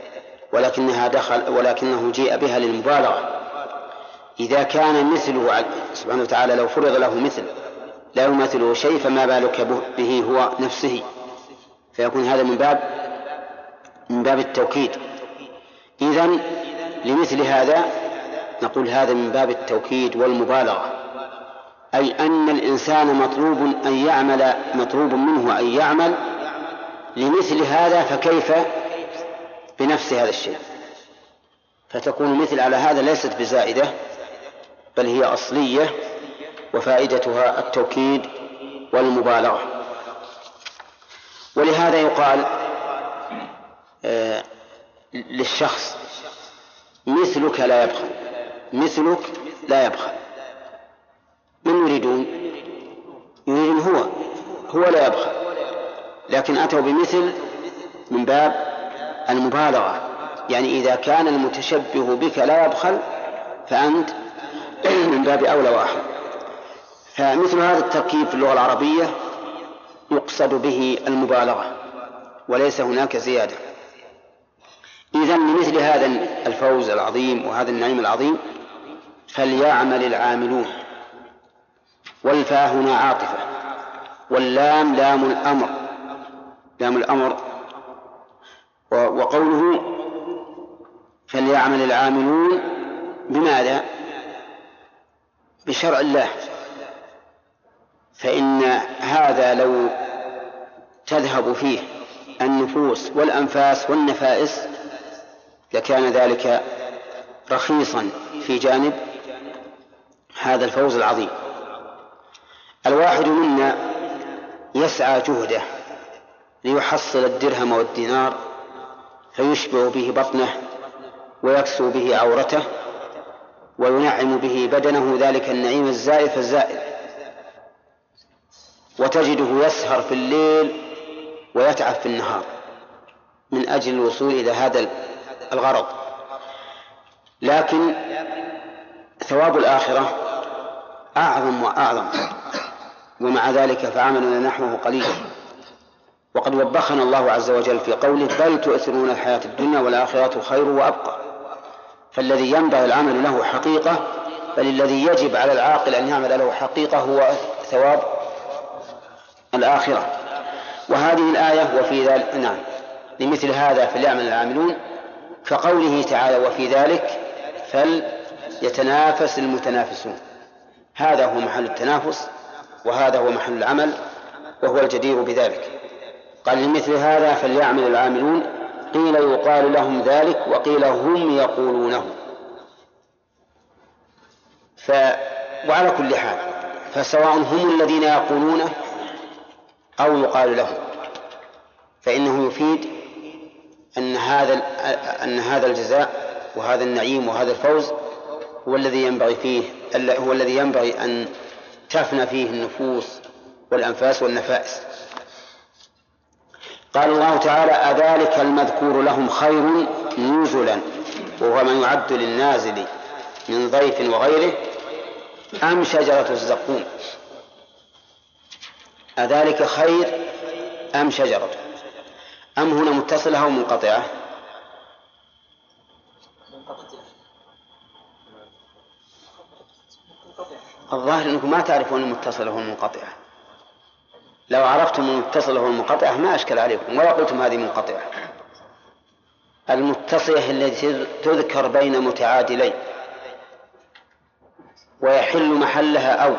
Speaker 1: ولكنه جيء بها للمبالغة. إذا كان مثله سبحانه وتعالى لو فرض له مثل لا يماثله شيء، فما بالك به هو نفسه، فيكون هذا من باب التوكيد. إذن لمثل هذا نقول هذا من باب التوكيد والمبالغة، أي أن الإنسان مطلوب منه أن يعمل لمثل هذا، فكيف بنفس هذا الشيء؟ فتكون مثل على هذا ليست بزائدة، بل هي أصلية، وفائدتها التوكيد والمبالغة. ولهذا يقال للشخص مثلك لا يبخل، مثلك لا يبخل. من يريدون هو لا يبخل، لكن أتوا بمثل من باب المبالغة، يعني إذا كان المتشبه بك لا يبخل فأنت من باب أولى وأحرى. فمثل هذا التركيب في اللغة العربية يقصد به المبالغة وليس هناك زيادة. إذن لمثل هذا الفوز العظيم وهذا النعيم العظيم فليعمل العاملون. والفاء هنا عاطفة، واللام لام الأمر. وقوله فليعمل العاملون بماذا؟ بشرع الله. فإن هذا لو تذهب فيه النفوس والأنفاس والنفائس لكان ذلك رخيصا في جانب هذا الفوز العظيم. الواحد منا يسعى جهده ليحصل الدرهم والدينار فيشبع به بطنه ويكسو به عورته وينعم به بدنه، ذلك النعيم الزائل فالزائل، وتجده يسهر في الليل ويتعب في النهار من أجل الوصول إلى هذا الغرض. لكن ثواب الآخرة أعظم وأعظم، ومع ذلك فعملنا نحوه قليل. وقد وبخنا الله عز وجل في قوله بل تؤثرون الحياة الدنيا والآخرة خير وأبقى. فالذي ينبغي العمل له حقيقة، بل الذي يجب على العاقل أن يعمل له حقيقة هو ثواب الآخرة. وهذه الآية وفي ذلك لمثل هذا فليعمل العاملون، كقوله تعالى وفي ذلك فليتنافس المتنافسون. هذا هو محل التنافس وهذا هو محل العمل وهو الجدير بذلك. قال لمثل هذا فليعمل العاملون، قيل يقال لهم ذلك وقيل هم يقولونه. وعلى كل حال فسواء هم الذين يقولونه أو يقال لهم، فإنه يفيد أن هذا الجزاء وهذا النعيم وهذا الفوز هو الذي ينبغي أن تفنى فيه النفوس والأنفاس والنفائس. قال الله تعالى: أذلك المذكور لهم خير نزلا، وهو ما يعد للنازل من ضيف وغيره، أم شجرة الزقوم؟ أذلك خير أم شجرة؟ أم هنا متصلة أو منقطعة؟ الظاهر أنكم ما تعرفون المتصلة والمنقطعة. لو عرفتم المتصلة والمنقطعة ما أشكل عليكم ولا قلتم هذه منقطعة. المتصلة التي تذكر بين متعادلين ويحل محلها أو،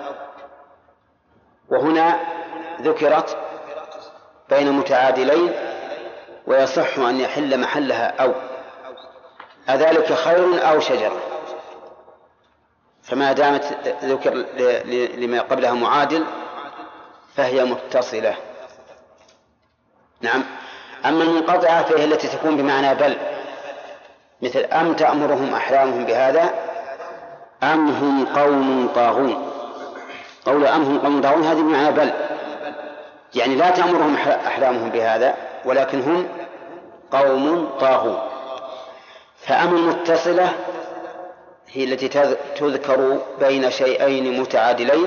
Speaker 1: وهنا ذكرت بين متعادلين ويصح أن يحل محلها أو. أذلك خير أو شجرة؟ فما دامت ذكر لما قبلها معادل فهي متصلة. نعم. أما المنقطعة فهي التي تكون بمعنى بل، مثل أم تأمرهم أحلامهم بهذا أم هم قوم طاغون. قول أم هم قوم طاغون هذه بمعنى بل، يعني لا تأمرهم أحلامهم بهذا ولكن هم قوم طاغون. فأم المتصلة هي التي تذكر بين شيئين متعادلين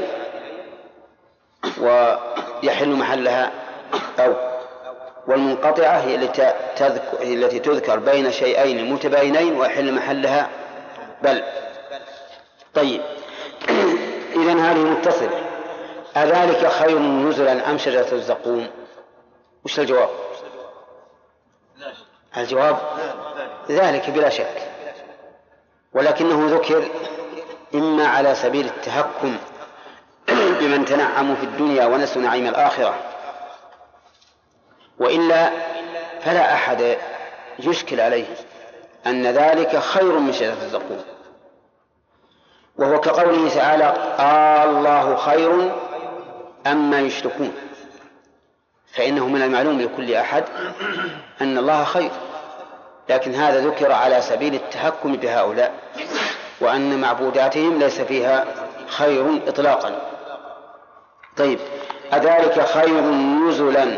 Speaker 1: ويحل محلها أو، والمنقطعة هي التي تذكر بين شيئين متباينين ويحل محلها بل. طيب، إذن هذه متصلة. أذلك خير نزلا أم شجرة الزقوم؟ وش الجواب؟ الجواب ذلك بلا شك، ولكنه ذكر إما على سبيل التهكم بمن تنعموا في الدنيا ونسوا نعيم الآخرة، وإلا فلا أحد يشكل عليه أن ذلك خير من شجرة الزقوم. وهو كقوله تعالى: الله خير أما يشركون، فإنه من المعلوم لكل أحد أن الله خير، لكن هذا ذكر على سبيل التهكم بهؤلاء وأن معبوداتهم ليس فيها خير إطلاقا. طيب، أذلك خير نزلا؟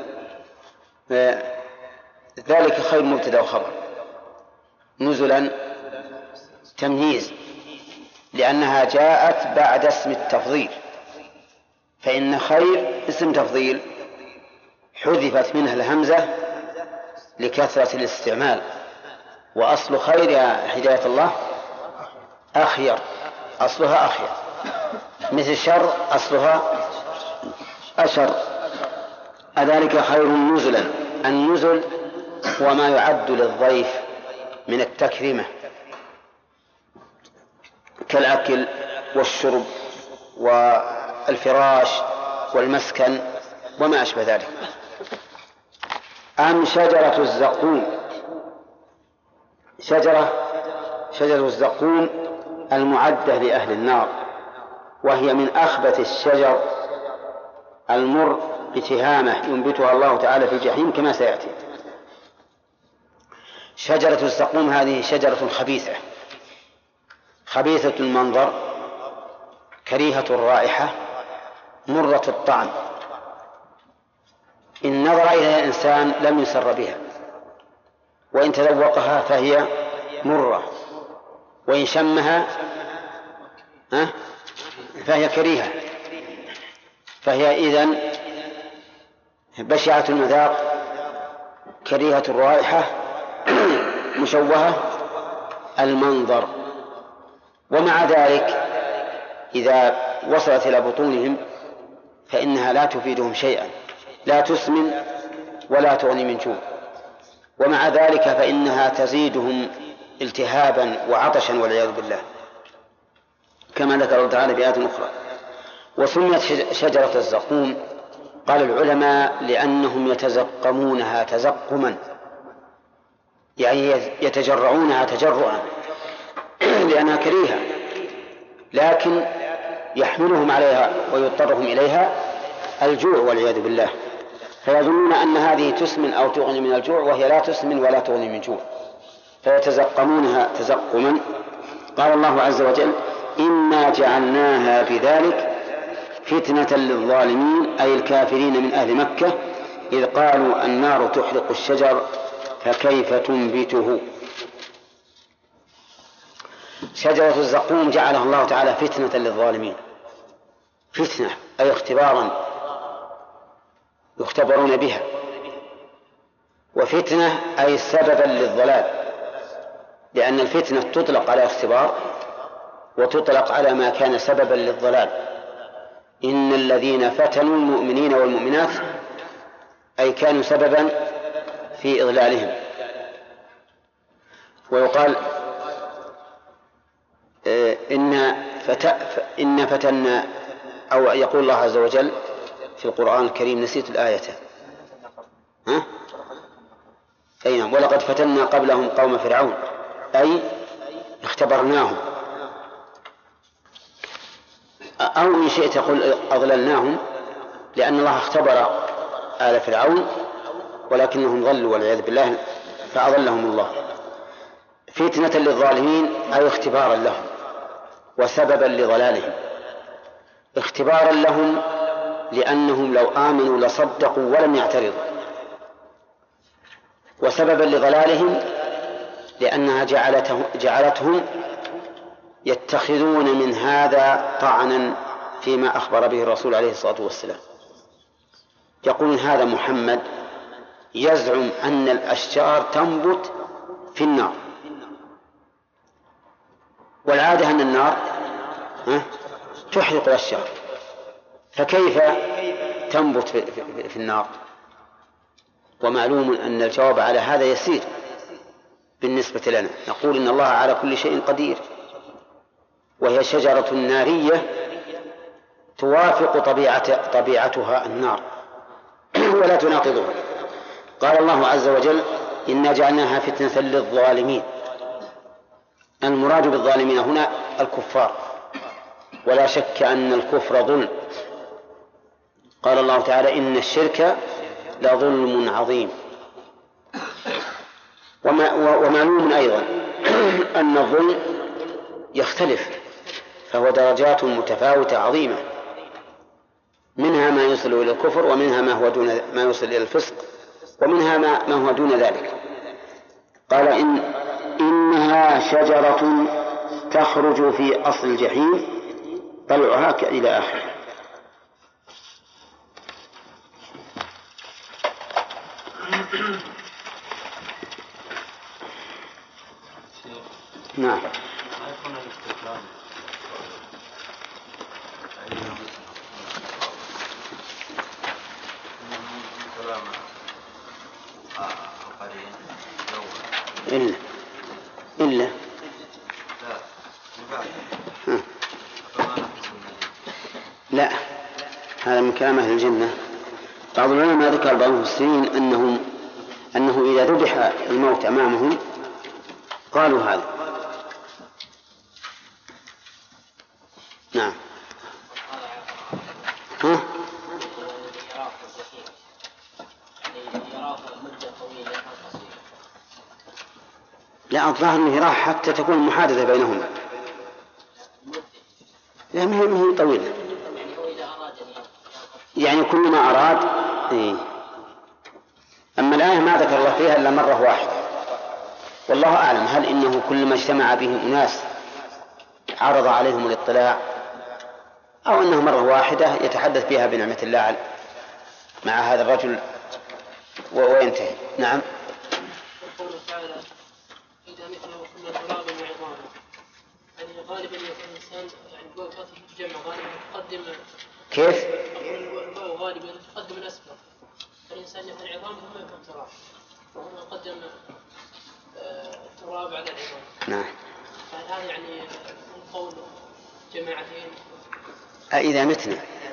Speaker 1: ذلك خير مبتدأ وخبر، نزلا تمييز، لأنها جاءت بعد اسم التفضيل، فإن خير اسم تفضيل حذفت منها الهمزة لكثرة الاستعمال، وأصل خير يا هداية الله أخير، أصلها أخير، مثل شر أصلها أشر. أذلك خير نزلا. النزل هو ما يعد للضيف من التكريمة كالأكل والشرب والفراش والمسكن وما أشبه ذلك. أم شجرة الزقوم؟ شجرة الزقوم المعدة لأهل النار، وهي من أخبث الشجر المر بتهامة ينبتها الله تعالى في الجحيم كما سيأتي. شجرة الزقوم هذه شجرة خبيثة، خبيثة المنظر، كريهة الرائحة، مرة الطعم. إن نظر إلى الإنسان لم يسر بها، وإن تذوقها فهي مرة، وإن شمها فهي كريهة، فهي إذن بشعة المذاق، كريهة الرائحة، مشوهة المنظر. ومع ذلك إذا وصلت إلى بطونهم فإنها لا تفيدهم شيئا، لا تسمن ولا تغني من جوع، ومع ذلك فإنها تزيدهم التهابا وعطشا والعياذ بالله، كما ذكر الله تعالى في آيات أخرى. وسميت شجرة الزقوم قال العلماء لأنهم يتزقمونها تزقما، يعني يتجرعونها تجرعا لأنها كريهة، لكن يحملهم عليها ويضطرهم إليها الجوع والعياذ بالله، فيظنون أن هذه تسمن أو تغني من الجوع، وهي لا تسمن ولا تغني من جوع، فيتزقمونها تزقما. قال الله عز وجل: إنا جعلناها بذلك فتنة للظالمين، أي الكافرين من أهل مكة، إذ قالوا النار تحرق الشجر فكيف تنبته. شجرة الزقوم جعلها الله تعالى فتنة للظالمين، فتنة أي اختبارا يختبرون بها، وفتنة أي سببا للضلال، لأن الفتنة تطلق على اختبار وتطلق على ما كان سببا للضلال. إن الذين فتنوا المؤمنين والمؤمنات أي كانوا سببا في إضلالهم. ويقال إن فتنا، أو يقول الله عز وجل في القرآن الكريم، نسيت الآية، أي نعم، ولقد فتنا قبلهم قوم فرعون، أي اختبرناهم، أو إن شئت تقول أضللناهم، لأن الله اختبر آل فرعون ولكنهم ضلوا والعياذ بالله فأضلهم الله. فتنة للظالمين أي اختبارا لهم وسببا لضلالهم. اختبارا لهم لأنهم لو آمنوا لصدقوا ولم يعترضوا، وسببا لضلالهم لأنها جعلتهم يتخذون من هذا طعنا فيما أخبر به الرسول عليه الصلاة والسلام. يقولون هذا محمد يزعم أن الأشجار تنبت في النار، والعادة أن النار تحرق الأشجار، فكيف تنبت في النار؟ ومعلوم أن الجواب على هذا يسير بالنسبة لنا. نقول إن الله على كل شيء قدير، وهي شجرة نارية توافق طبيعتها النار ولا تناقضها. قال الله عز وجل إنا جعلناها فتنة للظالمين. المراد بالظالمين هنا الكفار، ولا شك أن الكفر ظلم. قال الله تعالى إن الشرك لظلم عظيم. ومعلوم أيضا أن الظلم يختلف، فهو درجات متفاوتة عظيمة، منها ما يصل إلى الكفر، ومنها ما يصل إلى الفسق، ومنها ما هو دون ذلك. قال إنها شجرة تخرج في أصل الجحيم طلعها إلى آخره. نعم. إلا لا، هذا من كلام أهل الجنة. بعض العلماء ذكر بعض المفسرين أنه إذا ذبح الموت أمامهم قالوا هذا. نعم. لا، الظاهر أنه راح حتى تكون المحادثة بينهم، لا مهم طويلة، يعني كل ما أراد. أما الآية ما ذكر الله فيها إلا مرة واحدة، والله أعلم هل إنه كل ما اجتمع به أناس عرض عليهم الاطلاع، أو أنه مرة واحدة يتحدث بها بنعمة الله مع هذا الرجل وينتهي. نعم.
Speaker 3: غالبا الإنسان يعني الجمع غالبا يقدم.
Speaker 1: كيف؟
Speaker 3: غالبا يقدم الأسفل، الإنسان يأكل العظام ثم يأكل التراب، وهنا يقدم التراب على العظام.
Speaker 1: نعم.
Speaker 3: فهذا يعني من قول جماعتين.
Speaker 1: إذا متنا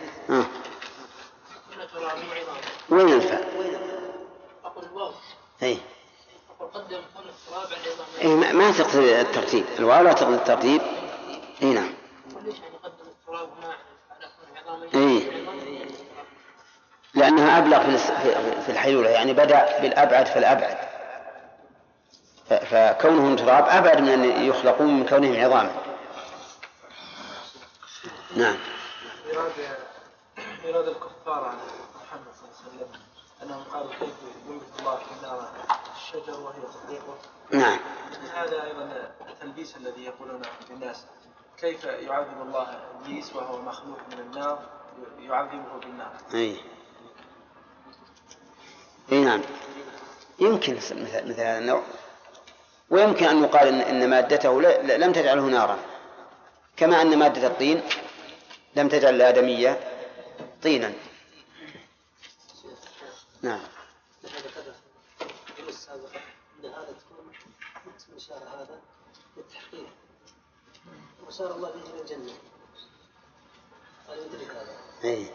Speaker 3: تراب وعظام.
Speaker 1: وين الفاء؟
Speaker 3: أقول الواو.
Speaker 1: أي.
Speaker 3: أقول قدم التراب على العظام.
Speaker 1: أي ما تقتضي الترتيب، الواو لا تقتضي الترتيب. أي نعم.
Speaker 3: ليش يعني قدم التراب هنا على العظام؟
Speaker 1: أي. لأنها أبلغ في الحيولة، يعني بدأ بالأبعد فالأبعد، فكونهم تراب أبعد من أن يخلقون من كونهم عظاما. نعم.
Speaker 2: إرادة الكفار عن محمد صلى الله عليه وسلم أنهم قالوا كيف ينبت الله من الشجر وهي تطلقه.
Speaker 1: نعم.
Speaker 2: هذا أيضا التلبيس الذي يقولونه للناس، كيف يعذب الله إبليس وهو مخلوق من النار يعذبه بالنار.
Speaker 1: أي نعم، يمكن مثل هذا النوع، ويمكن أن يقال إن مادته لم تجعله نارا، كما أن مادة الطين لم تجعل الآدمية طينا. نعم.
Speaker 3: هذا بالتحقيق وصار الله به إلى الجنة. هل يدرك هذا؟
Speaker 1: أي.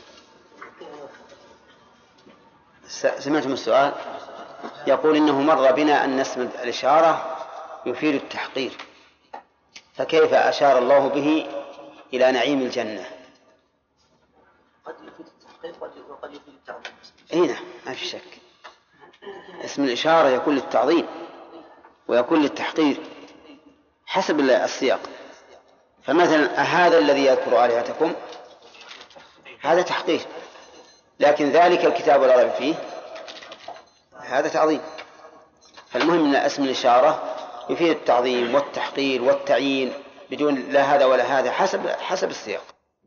Speaker 1: سمعتم السؤال؟ يقول إنه مر بنا أن اسم الإشارة يفيد التحقير، فكيف أشار الله به إلى نعيم الجنة؟
Speaker 3: قد يفيد التحقيق وقد يفيد التعظيم.
Speaker 1: أي نعم، ما في شك. اسم الإشارة يكون للتعظيم ويكون للتحقير حسب السياق. فمثلا هذا الذي يذكر آلهتكم هذا تحقير، لكن ذلك الكتاب لا ريب فيه هذا تعظيم. فالمهم أن اسم الإشارة يفيد التعظيم والتحقير والتعيين بدون لا هذا ولا هذا، حسب السياق.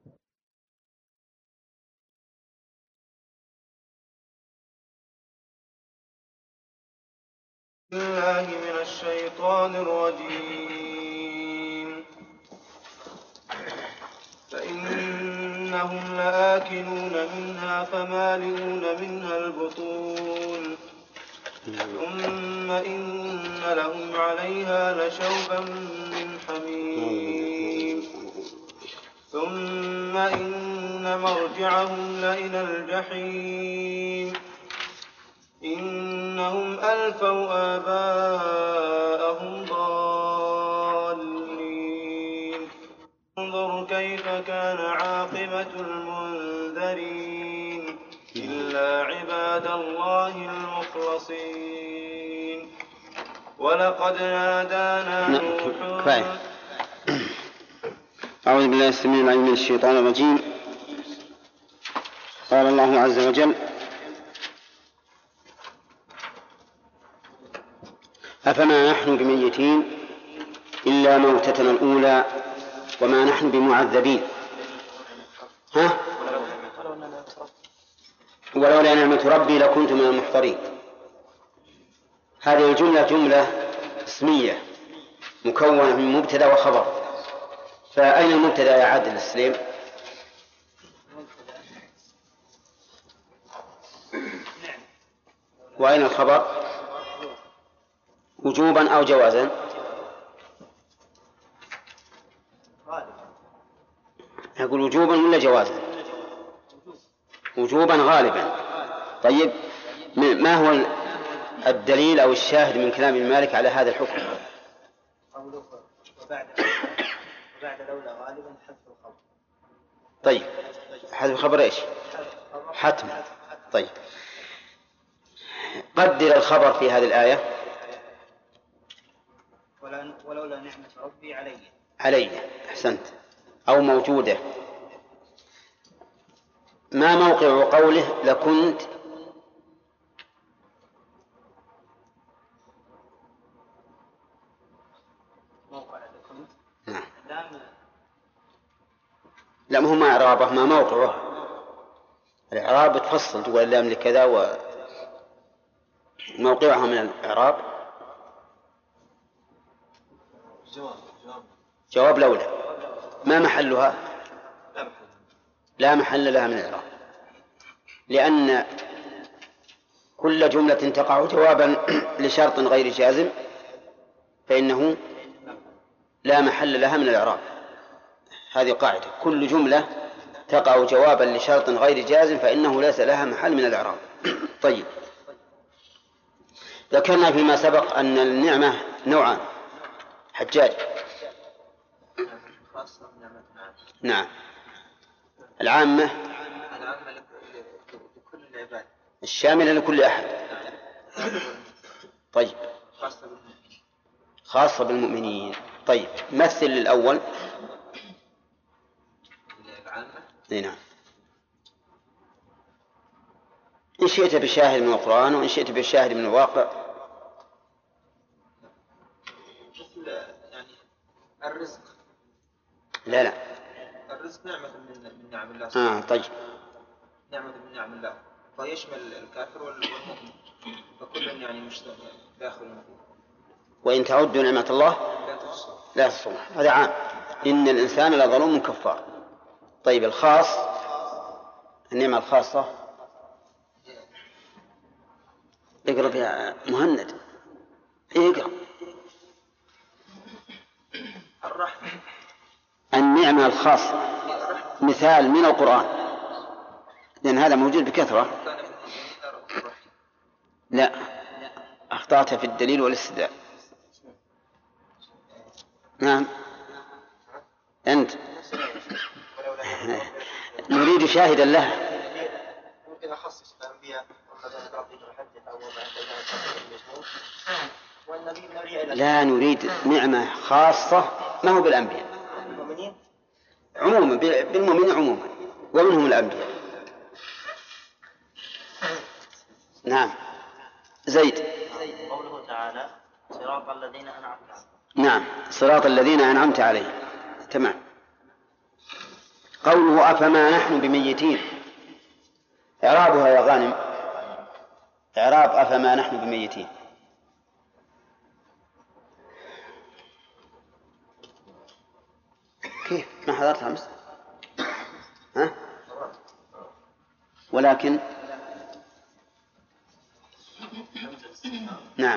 Speaker 6: الله من الشيطان الرجيم. فإنهم لآكلون منها فمالئون منها البطون ثم إن لهم عليها لشوبا من حميم ثم إن مرجعهم لإلى الجحيم إنهم ألفوا آباءهم ضالين انظر كيف كان عاقبة المنذرين إلا عباد الله المخلصين ولقد نادانا نوح.
Speaker 1: أعوذ بالله السميع العليم من الشيطان الرجيم. قال الله عز وجل: أفما نحن بميتين إلا موتتنا الأولى وما نحن بمعذبين. ولولا نعمة ربي لكنت من المحضرين. هذه الجملة جملة اسمية مكونة من مبتدأ وخبر، فأين المبتدأ يا عادل السليم؟ وأين الخبر؟ وجوبا أو جوازا؟ أقول وجوبا ولا جوازا؟ وجوبا غالبا. طيب ما هو الدليل أو الشاهد من كلام المالك على هذا الحكم؟
Speaker 4: وبعد لولا غالبا حذف الخبر.
Speaker 1: طيب حذف الخبر إيش؟ حتم. طيب قدر الخبر في هذه الآية.
Speaker 4: ولولا نعمة ربي
Speaker 1: علي. أحسنت. أو موجودة. ما موقع قوله لكنت؟
Speaker 4: موقع لكنت.
Speaker 1: نعم. لا ما هو ما إعرابه، ما موقعه. الإعراب تفصل تقول اللام لكذا وموقعها من الإعراب. جواب لولا. ما محلها؟ لا محل لها من الإعراب، لأن كل جملة تقع جوابا لشرط غير جازم فإنه لا محل لها من الإعراب. هذه قاعدة، كل جملة تقع جوابا لشرط غير جازم فإنه ليس لها محل من الإعراب. طيب ذكرنا فيما سبق أن النعمة نوعان. حجاج. نعم. العامة
Speaker 4: لكل العباد
Speaker 1: الشاملة لكل أحد. طيب خاصة بالمؤمنين. طيب مثل للأول.
Speaker 4: العامة.
Speaker 1: نعم. إن شئت بشاهد من القرآن وإن شئت بشاهد من الواقع.
Speaker 2: مثل يعني الرزق.
Speaker 1: لا
Speaker 2: الرزق نعمة من نعم الله.
Speaker 1: طيب.
Speaker 2: نعمة من نعم الله فيشمل الكافر والمؤمن فكل يعني مشتمل داخل فيه.
Speaker 1: وإن تعدوا نعمة الله لا تحصوها. هذا عام. إن الإنسان لظلوم كفار. طيب الخاص، النعمة الخاصة اقرأ يا مهند. اقرأ.
Speaker 2: الرحمة.
Speaker 1: النعمة الخاصة مثال من القرآن، لأن هذا موجود بكثرة. لا، أخطأت في الدليل والاستدلال. نعم أنت نريد شاهدا له.
Speaker 5: ممكن أخصص الأنبياء
Speaker 1: لا، نريد نعمة خاصة ما هو بالأنبياء عموما، بالمؤمنين عموما ومنهم الأنبياء. نعم زيد.
Speaker 4: قوله تعالى صراط الذين أنعمت عليهم.
Speaker 1: نعم صراط الذين أنعمت عليهم. تمام. قوله أفما نحن بميتين، إعرابها يا غانم، إعراب أفما نحن بميتين. كيف ما حضرت أمس؟ ها؟ ولكن نعم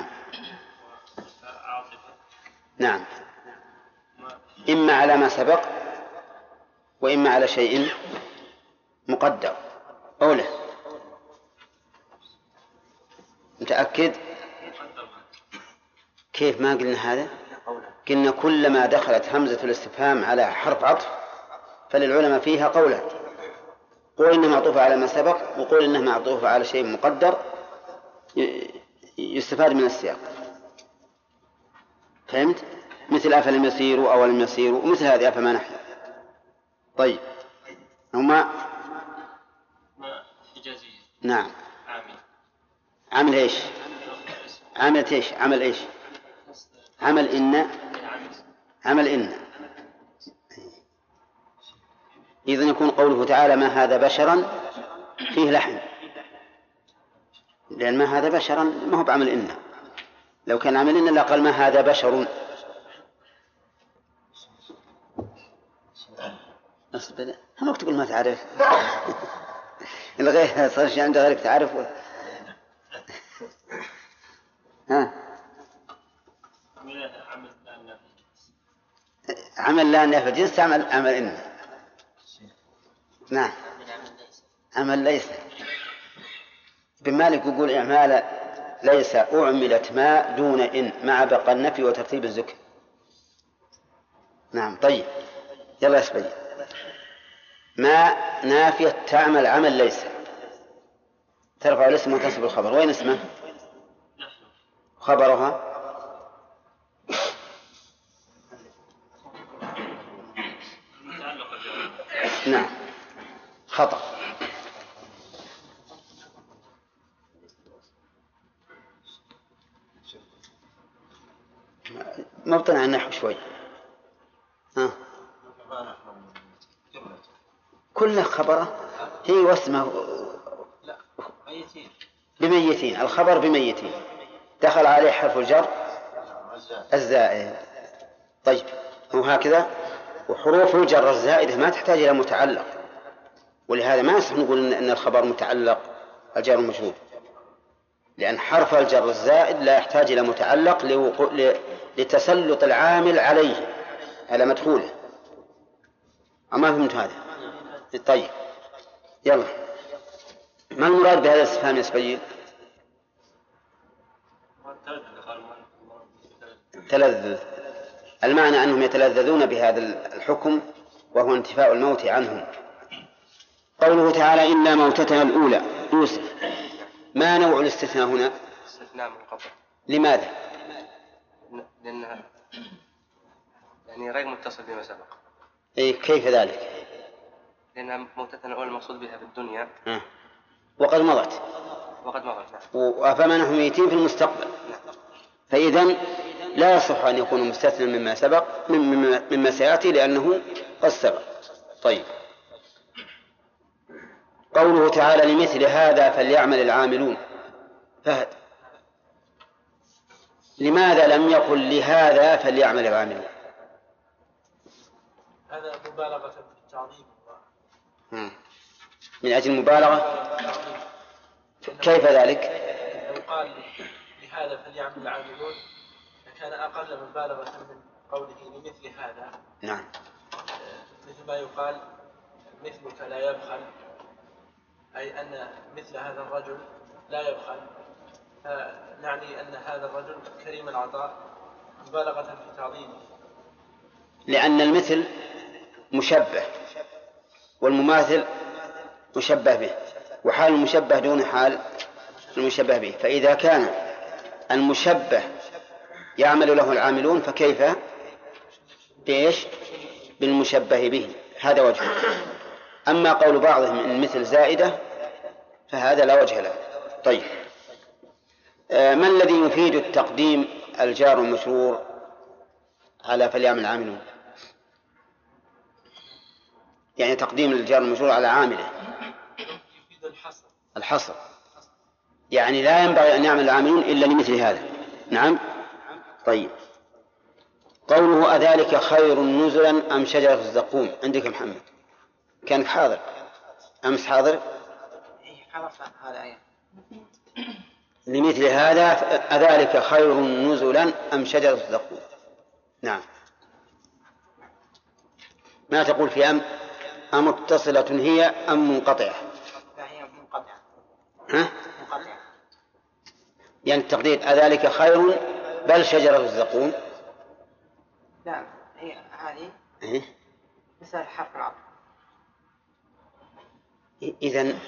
Speaker 1: نعم، إما على ما سبق وإما على شيء مقدر. أوله متأكد؟ كيف ما قلنا هذا؟ قلنا كلما دخلت همزة الاستفهام على حرف عطف فللعلماء فيها قولان: قول إنها معطوفة على ما سبق، وقول إنها معطوفة على شيء مقدر يستفاد من السياق. فهمت؟ مثل أفلم يسيروا أو لم يسيروا، ومثل هذه أفما نحن. طيب هما
Speaker 7: حجازية.
Speaker 1: نعم.
Speaker 7: عامل.
Speaker 1: عمل إيش؟ عملت إيش؟ عمل إيش؟ عمل إن. عمل إن. إذن يكون قوله تعالى ما هذا بشرا فيه لحن، لأن ما هذا بشرا ما هو بعمل إن. لو كان عمل إن لقال ما هذا بشر. أصبر هم تقول ما تعرف الغير صار شيء عند غيرك تعرف ها عمل لا نافع جنس عمل إن. نعم عمل ليس. ابن مالك يقول إعمال ليس أعملت ما دون إن مع بقى النفي وترتيب الذكر. نعم. طيب يلا اسبقي. ما نافية تعمل عمل ليس، ترفع الاسم وتنصب الخبر. وين اسمه؟ خبرها نعم خطأ. مبطن عن النحو شوي. ها كله خبره هي واسمه بميتين. الخبر بميتين دخل عليه حرف الجر الزائد. طيب وهكذا. وحروف الجر الزائدة ما تحتاج إلى متعلق، ولهذا ما يصح نقول إن الخبر متعلق الجار المجرور، لأن حرف الجر الزائد لا يحتاج إلى متعلق لتسلط العامل عليه على مدخوله. أما فهمت هذا؟ طيب يلا. ما المراد بهذا الاستفهام يا سبيل؟ تلذذ. المعنى أنهم يتلذذون بهذا الحكم وهو انتفاء الموت عنهم. قوله تعالى إلا موتتنا الأولى. يوسف ما نوع الاستثناء هنا؟
Speaker 8: استثناء منقطع.
Speaker 1: لماذا؟
Speaker 8: لأنها يعني غير متصل بما سبق.
Speaker 1: كيف ذلك؟
Speaker 8: لأن موتتنا الأولى المقصود بها في الدنيا
Speaker 1: وقد مضت.
Speaker 8: وقد مضى. نعم.
Speaker 1: فما نحن ميتين في المستقبل. فإذن لا يصح أن يكون مستثنى مما سبق مما سيأتي لأنه قد سبق. طيب، قوله تعالى لمثل هذا فليعمل العاملون. فهد، لماذا لم يقل لهذا فليعمل العاملون؟
Speaker 2: هذا مبالغة في التعظيم
Speaker 1: من أجل المبالغة. كيف ذلك؟
Speaker 2: لو قال لهذا فليعمل العاملون كان أقل مبالغة من قوله لمثل هذا.
Speaker 1: نعم.
Speaker 2: مثل ما يقال مثلك لا يبخل، أي أن مثل هذا الرجل لا يبخل، فنعني أن هذا الرجل كريم العطاء مبالغة في تعظيمه.
Speaker 1: لأن المثل مشبه والمماثل مشبه به، وحال المشبه دون حال المشبه به. فإذا كان المشبه يعمل له العاملون فكيف بإيش؟ بالمشبه به. هذا وجه. أما قول بعضهم إن مثل زائدة فهذا لا وجه له. طيب، ما الذي يفيد التقديم الجار والمجرور على فليعمل العاملون؟ يعني تقديم الجار والمجرور على عامله.
Speaker 2: يفيد
Speaker 1: الحصر. يعني لا ينبغي أن يعمل العاملون إلا لمثل هذا. نعم. طيب، قوله أذلك خير نزلا أم شجرة الزقوم؟ عندك محمد كانك حاضر أمس حاضر.
Speaker 4: هذا أيه.
Speaker 1: لمثل هذا أذلك خير نزلا أم شجرة الزقوم؟ نعم. ما تقول في أم متصلة هي أم منقطعة؟
Speaker 4: فهي منقطعة.
Speaker 1: ها؟
Speaker 4: منقطعة.
Speaker 1: يعني التقدير أذلك خير بل شجرة الزقوم.
Speaker 4: لا، هي هذه مثل حرف العطف.
Speaker 1: إذن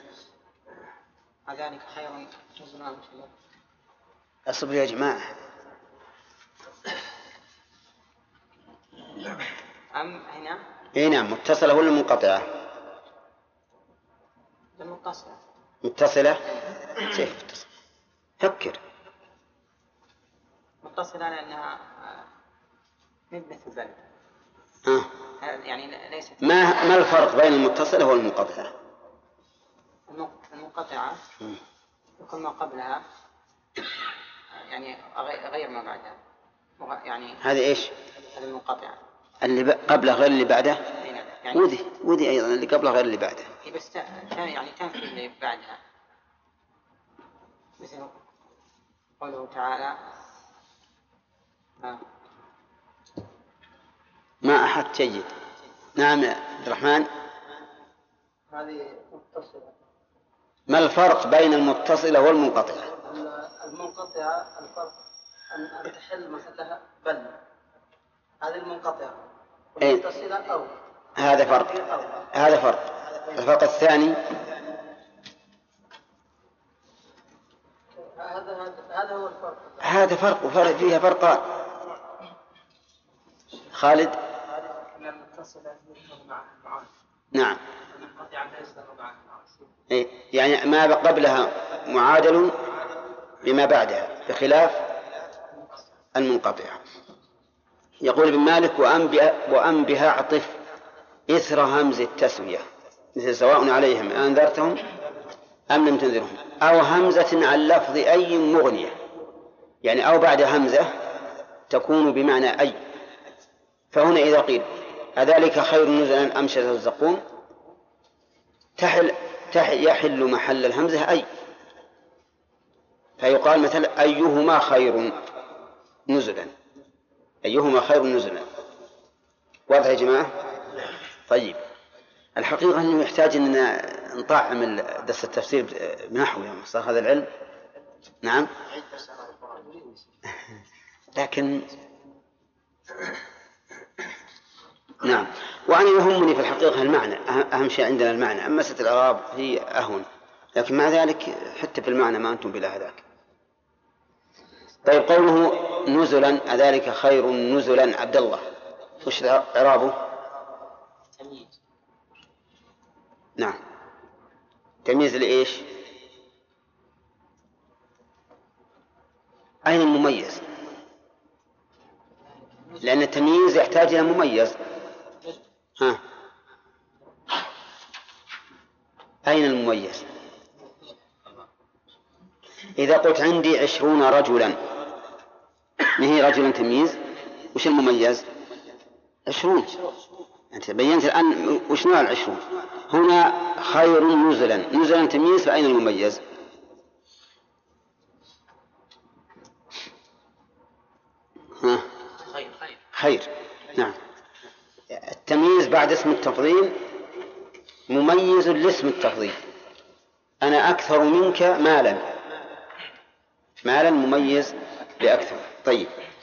Speaker 4: أذلك خير نزلا.
Speaker 1: أصبر يا جماعة.
Speaker 4: هنا
Speaker 1: نعم. متصلة ولا منقطعة؟
Speaker 4: المتصلة.
Speaker 1: متصلة. كيف متصلة؟ فكر.
Speaker 4: متصلة لأنها مثل بلد. يعني ليست.
Speaker 1: ما الفرق بين المتصلة والمنقطعة؟
Speaker 4: المنقطعة يكون ما قبلها يعني غير ما بعدها. يعني
Speaker 1: هذه إيش؟
Speaker 4: هذه المنقطعة.
Speaker 1: اللي قبله غير اللي بعده.
Speaker 4: يعني
Speaker 1: ودي أيضا اللي قبله غير اللي بعده.
Speaker 4: بس يعني تنفي اللي بعدها. مثل قوله تعالى
Speaker 1: ما أحد جيد. نعم يا عبد الرحمن.
Speaker 4: هذه متصلة.
Speaker 1: ما الفرق بين المتصلة والمنقطعة؟
Speaker 4: المنقطعة الفرق أن تحل محلها بل. هذه المنقطعة والمتصلة أو.
Speaker 1: هذا فرق. الفرق الثاني
Speaker 4: هذا هو الفرق.
Speaker 1: هذا فرق وفرق فيها فرقان. خالد. نعم. يعني ما قبلها معادل بما بعدها بخلاف المنقطعة. يقول ابن مالك وأن بها عطف إثر همز التسوية مثل سواء عليهم أنذرتهم أم لم تنذرهم، أو همزة عن لفظ أي مغنية، يعني أو بعد همزة تكون بمعنى أي. فهنا إذا قيل أذلك خير نزلا أم شجرة الزقوم يحل محل الهمزة أي، فيقال مثلا أيهما خير نزلا. واضح يا جماعة؟ طيب، الحقيقة أنه يحتاج أننا نطعم درس التفسير بنحو يوم صار هذا العلم. نعم. لكن نعم. وأنا يهمني في الحقيقة المعنى، أهم شيء عندنا المعنى. أما مسألة الإعراب هي أهون، لكن مع ذلك حتى في المعنى ما أنتم بلا هذاك. طيب، قوله نزلا أذلك خير نزلا، عبد الله وش إعرابه؟
Speaker 4: تمييز.
Speaker 1: نعم. تمييز لإيش؟ أين المميز؟ لأن التمييز يحتاج إلى مميز. ها، أين المميز؟ إذا قلت عندي 20 رجلا، ما هي رجلا تمييز؟ وش المميز؟ 20. أنت بينت الآن وش نوع 20. هنا خير نزلا، نزلا تمييز، فأين المميز؟ ها؟ خير. نعم، التمييز بعد اسم التفضيل مميز لاسم التفضيل. أنا أكثر منك مالا، مالا مميز لأكثر. طيب،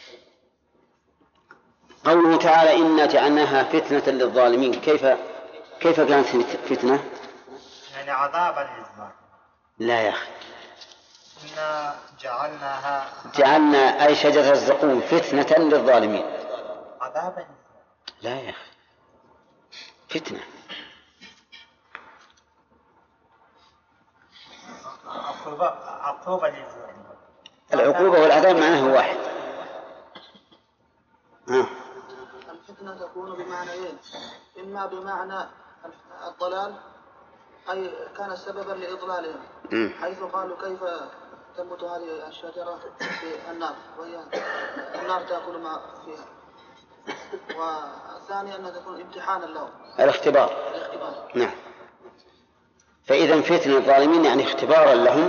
Speaker 1: قوله تعالى إنا جعلناها فتنة للظالمين، كيف كانت فتنة؟
Speaker 9: يعني عذابا للظالمين.
Speaker 1: لا يا أخي،
Speaker 9: إنا
Speaker 1: جعلنا أي شجرة الزقوم فتنة للظالمين.
Speaker 9: عذابا.
Speaker 1: لا يا أخي، فتنة.
Speaker 9: عقوبة للظالمين.
Speaker 1: العقوبة والعذاب معناه واحد.
Speaker 10: الفتنة تكون بمعنيين، إما بمعنى الضلال أي كان سببا لإضلالهم، حيث قالوا كيف تنبت هذه الشجرة في النار وهي النار تأكل ما فيها. والثاني أنها تكون امتحانا لهم،
Speaker 1: الاختبار. نعم، فإذا فتنة الظالمين يعني اختبارا لهم،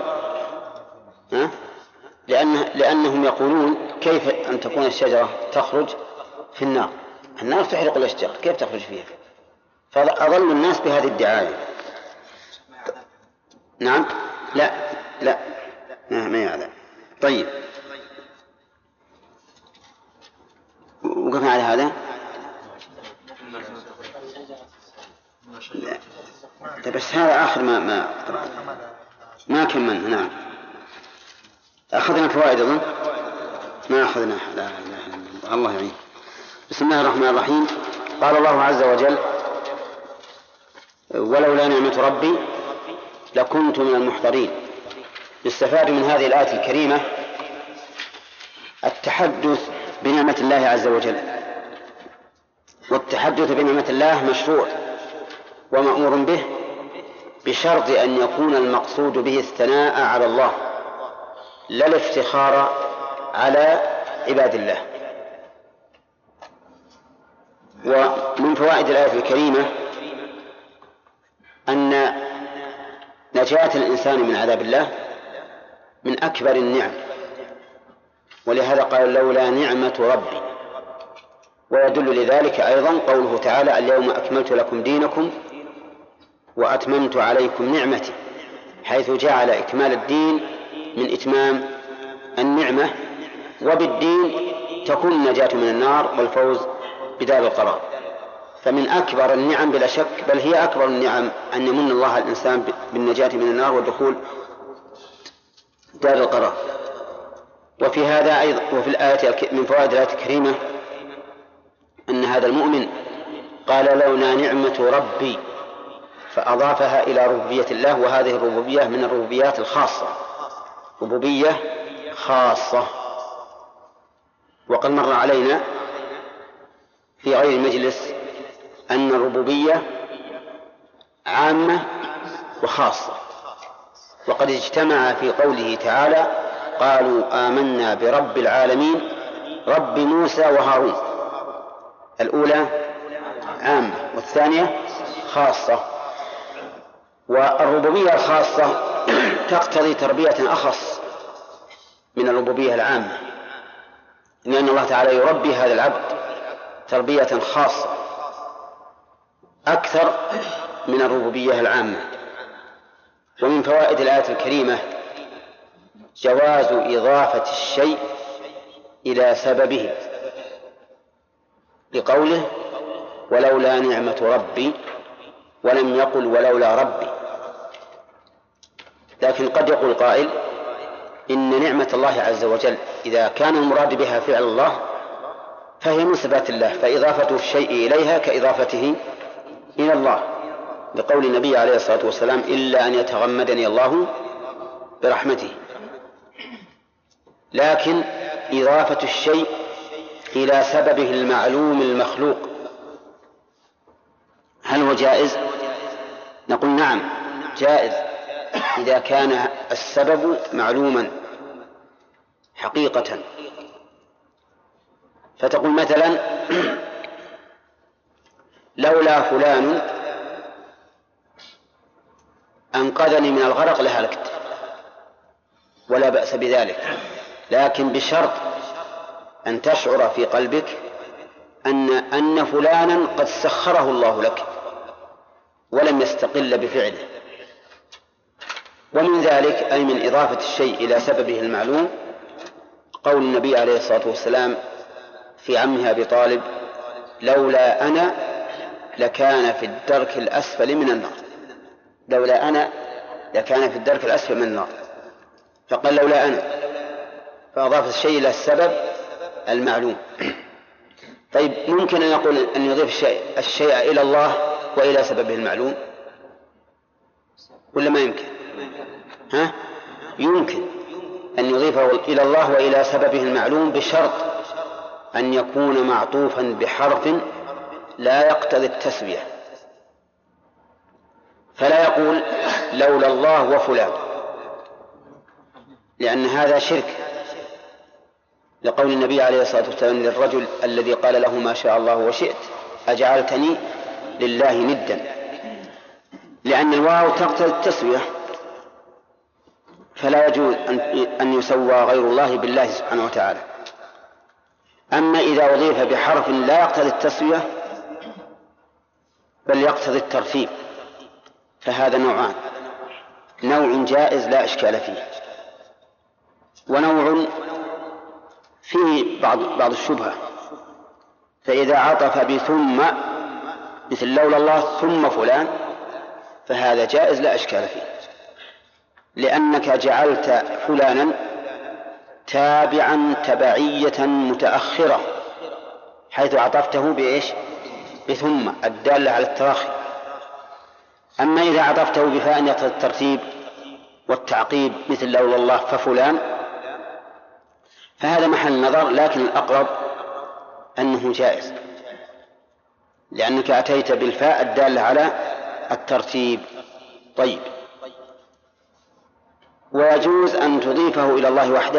Speaker 1: لأنهم يقولون كيف أن تكون الشجرة تخرج في النار، النار تحرق الأشجار، كيف تخرج فيها؟ فأضل الناس بهذه الدعاية. نعم، لا ما يعلم. طيب، وقفنا على هذا. لا. بس هذا آخر ما كملنا. نعم، أخذنا فوائد أظن ما أخذنا. لا الله يعين. بسم الله الرحمن الرحيم. قال الله عز وجل ولولا نعمة ربي لكنت من المحضرين. يستفاد من هذه الآية الكريمة التحدث بنعمة الله عز وجل، والتحدث بنعمة الله مشروع ومأمور به بشرط أن يكون المقصود به الثناء على الله لا الافتخار على عباد الله. ومن فوائد الآية الكريمة أن نجاة الإنسان من عذاب الله من أكبر النعم، ولهذا قال لولا نعمة ربي. ويدل لذلك أيضا قوله تعالى اليوم أكملت لكم دينكم وأتممت عليكم نعمتي، حيث جعل إكمال الدين من إتمام النعمة، وبالدين تكون النجاة من النار والفوز بدار القرار. فمن أكبر النعم بلا شك، بل هي أكبر النعم، أن يمن الله على الإنسان بالنجاة من النار ودخول دار القرار. وفي هذا أيضا وفي الآية من فوائد الآية الكريمة أن هذا المؤمن قال لولا نعمة ربي، فأضافها إلى ربوبية الله، وهذه الربوبية من الربوبيات الخاصة، ربوبية خاصة. وقد مر علينا في غير المجلس أن الربوبية عامة وخاصة، وقد اجتمع في قوله تعالى قالوا آمنا برب العالمين رب موسى وهارون. الأولى عامة والثانية خاصة. والربوبية الخاصة تقتضي تربية أخص من الربوبية العامة، لأن الله تعالى يربي هذا العبد تربية خاصة أكثر من الربوبية العامة. ومن فوائد الآية الكريمة جواز إضافة الشيء إلى سببه، لقوله ولولا نعمة ربي، ولم يقل ولولا ربي. لكن قد يقول قائل إن نعمة الله عز وجل إذا كان المراد بها فعل الله فهي من صفات الله، فإضافة الشيء إليها كإضافته إلى الله، لقول النبي عليه الصلاة والسلام إلا أن يتغمدني الله برحمته. لكن إضافة الشيء إلى سببه المعلوم المخلوق هل هو جائز؟ نقول نعم جائز إذا كان السبب معلوما حقيقة. فتقول مثلا لولا فلان أنقذني من الغرق لهلكت، ولا بأس بذلك، لكن بشرط أن تشعر في قلبك أن فلانا قد سخره الله لك ولم يستقل بفعله. ومن ذلك أي من إضافة الشيء إلى سببه المعلوم قول النبي عليه الصلاة والسلام في عمه أبي طالب لولا أنا لكان في الدرك الأسفل من النار، لولا أنا لكان في الدرك الأسفل من النار، فقال لولا أنا، فأضاف الشيء إلى السبب المعلوم. طيب ممكن أن يقول أن يضيف الشيء إلى الله وإلى سببه المعلوم ولا ما يمكن؟ يمكن أن يضيفه إلى الله وإلى سببه المعلوم بشرط أن يكون معطوفا بحرف لا يقتضي التسوية، فلا يقول لولا الله وفلان، لأن هذا شرك، لقول النبي عليه الصلاة والسلام للرجل الذي قال له ما شاء الله وشئت أجعلتني لله ندا، لأن الواو تقتضي التسوية، فلا يجوز أن يسوى غير الله بالله سبحانه وتعالى. أما إذا أضيف بحرف لا يقتضي التسوية بل يقتضي الترتيب فهذا نوعان، نوع جائز لا إشكال فيه، ونوع فيه بعض الشبهة. فإذا عطف بثم مثل لولا الله ثم فلان فهذا جائز لا إشكال فيه، لأنك جعلت فلانا تابعا تبعية متأخرة حيث عطفته بإيش؟ بثم الدالة على التراخي. أما إذا عطفته بفاء يقتضي الترتيب والتعقيب مثل لولا الله ففلان فهذا محل نظر، لكن الأقرب أنه جائز لأنك أتيت بالفاء الدالة على الترتيب. طيب، ويجوز أن تضيفه إلى الله وحده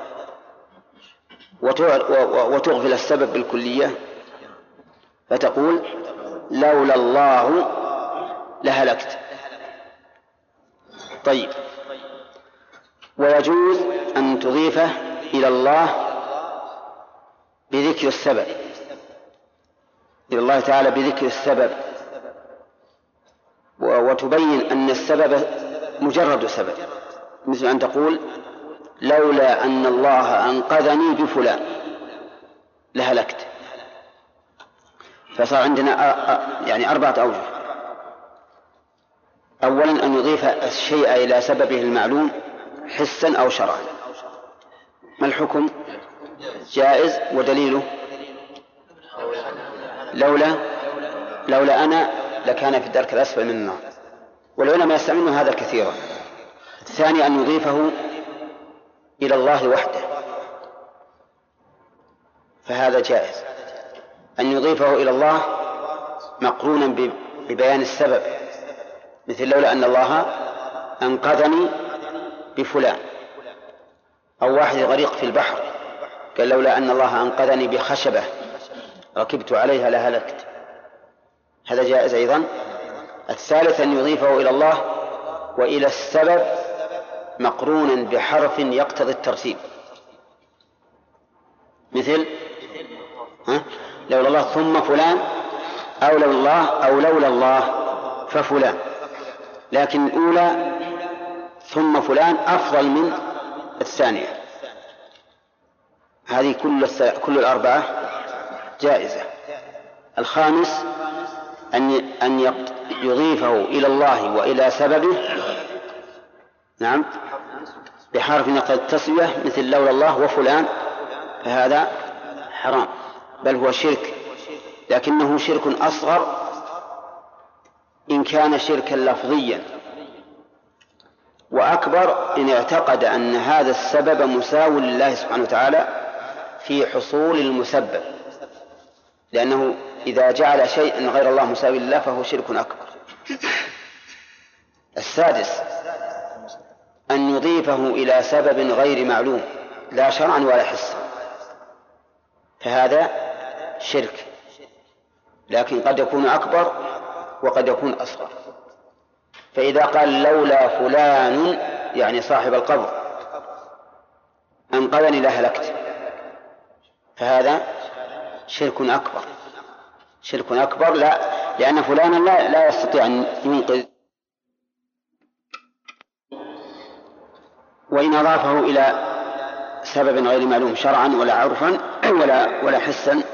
Speaker 1: وتغفل السبب بالكلية، فتقول لولا الله لهلكت. طيب، ويجوز أن تضيفه إلى الله بذكر السبب، إلى الله تعالى بذكر السبب، وتبين أن السبب مجرد سبب، مثل أن تقول لولا أن الله أنقذني بفلان لهلكت. فصار عندنا يعني 4 أوجه. أولا أن يضيف الشيء إلى سببه المعلوم حسا أو شرعا. ما الحكم؟ جائز، ودليله لولا أنا لكان في الدرك الأسفل من النار، والعلماء يستعملون هذا كثيرا. الثاني أن يضيفه إلى الله وحده، فهذا جائز. أن يضيفه إلى الله مقرونا ببيان السبب، مثل لولا أن الله أنقذني بفلان، أو واحد غريق في البحر قال لولا أن الله أنقذني بخشبة ركبت عليها لهلكت، هذا جائز أيضا. الثالث أن يضيفه إلى الله وإلى السبب مقرونا بحرف يقتضي الترتيب، مثل لولا الله ثم فلان، أو لولا الله ففلان، لكن الأولى ثم فلان أفضل من الثانية. هذه كل الأربعة جائزة. الخامس أن يضيفه إلى الله وإلى سببه نعم بحرف يقتضي التسوية، مثل لولا الله وفلان، فهذا حرام بل هو شرك، لكنه شرك أصغر إن كان شركا لفظيا، وأكبر إن اعتقد أن هذا السبب مساو لله سبحانه وتعالى في حصول المسبب، لأنه إذا جعل شيئا غير الله مساوي لله فهو شرك أكبر. السادس أن يضيفه إلى سبب غير معلوم لا شرعا ولا حسا، فهذا شرك، لكن قد يكون أكبر وقد يكون أصغر. فإذا قال لولا فلان يعني صاحب القبر أنقذني لهلكت، فهذا شرك أكبر، شرك أكبر، لا، لأن فلانا لا يستطيع أن ينقذ. وإن أضافه إلى سبب غير معلوم شرعا ولا عرفا ولا حسا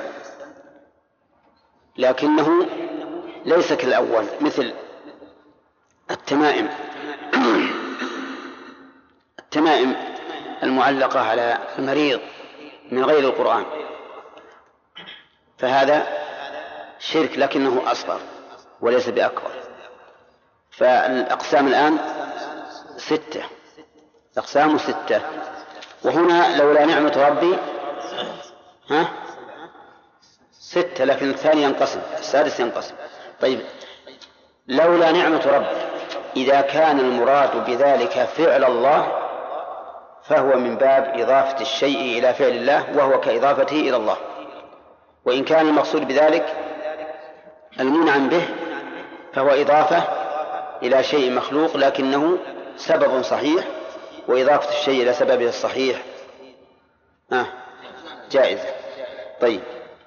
Speaker 1: لكنه ليس كالأول، مثل التمائم المعلقة على المريض من غير القرآن، فهذا شرك لكنه أصغر وليس بأكبر. فالأقسام الآن 6، أقسام 6. وهنا لولا نعمة ربي 6، لكن الثاني ينقسم، السادس ينقسم. طيب، لولا نعمة ربي إذا كان المراد بذلك فعل الله فهو من باب إضافة الشيء إلى فعل الله، وهو كإضافته إلى الله. وإن كان المقصود بذلك المنعم به فهو إضافة إلى شيء مخلوق لكنه سبب صحيح، وإضافة الشيء إلى سببه الصحيح جائزة. طيب،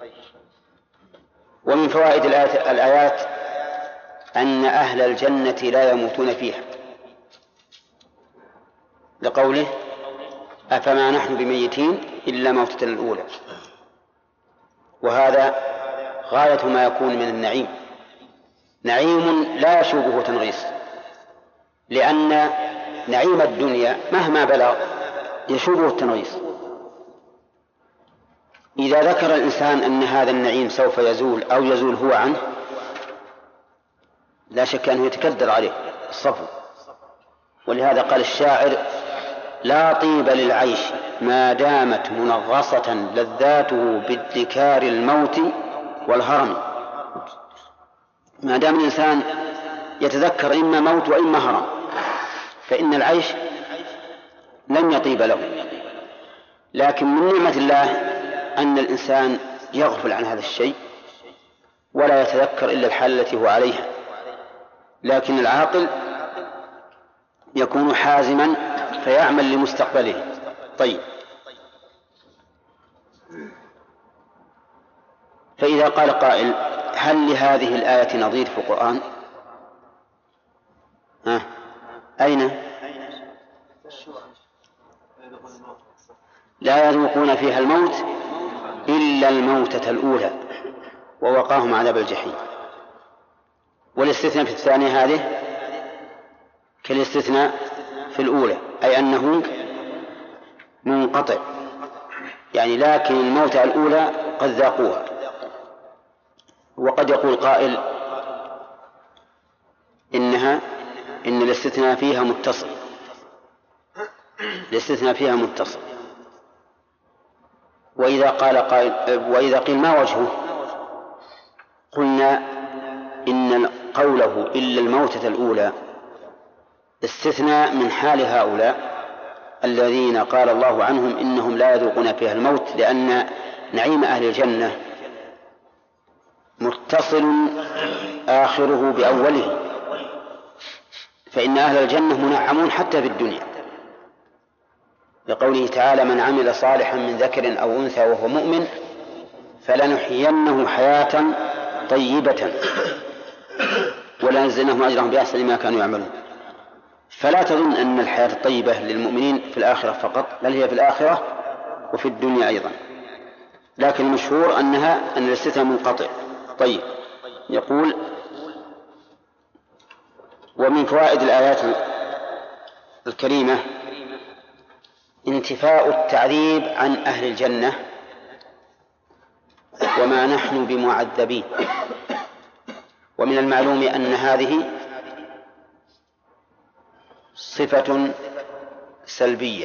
Speaker 1: ومن فوائد الآيات أن أهل الجنة لا يموتون فيها، لقوله أفما نحن بميتين إلا موتتنا الأولى. وهذا غاية ما يكون من النعيم، نعيم لا يشوبه تنغيص، لأن نعيم الدنيا مهما بلغ يشوبه التنغيص. إذا ذكر الإنسان أن هذا النعيم سوف يزول أو يزول هو عنه لا شك أنه يتكدر عليه الصفو. ولهذا قال الشاعر لا طيب للعيش ما دامت منغصة لذاته بادكار الموت والهرم. ما دام الإنسان يتذكر إما موت وإما هرم فإن العيش لن يطيب له. لكن من نعمة الله أن الإنسان يغفل عن هذا الشيء ولا يتذكر إلا الحال التي هو عليها، لكن العاقل يكون حازما فيعمل لمستقبله. طيب، فإذا قال قائل هل لهذه الآية نظير في القرآن؟ أين؟ لا يذوقون فيها الموت إلا الموتة الأولى ووقاهم عذاب الجحيم. والاستثناء في الثانية هذه كالاستثناء في الأولى، أي أنه منقطع، يعني لكن الموتة الأولى قد ذاقوها. وقد يقول قائل إن الاستثناء فيها متصل، الاستثناء فيها متصل. وإذا قيل ما وجهه؟ قلنا إن قوله إلا الموتة الأولى استثناء من حال هؤلاء الذين قال الله عنهم إنهم لا يذوقون فيها الموت، لأن نعيم أهل الجنة متصل آخره بأوله، فإن أهل الجنة منعمون حتى في الدنيا، لقوله تعالى من عمل صالحا من ذكر أو أنثى وهو مؤمن فلنحيينه حياة طيبة ولنجزينهم أجرهم بأحسن ما كانوا يعملون. فلا تظن أن الحياة الطيبة للمؤمنين في الآخرة فقط، بل هي في الآخرة وفي الدنيا أيضا، لكن المشهور أن الاستثناء منقطع. طيب، يقول ومن فوائد الآيات الكريمة انتفاء التعذيب عن أهل الجنة وما نحن بمعذبين. ومن المعلوم أن هذه صفة سلبية،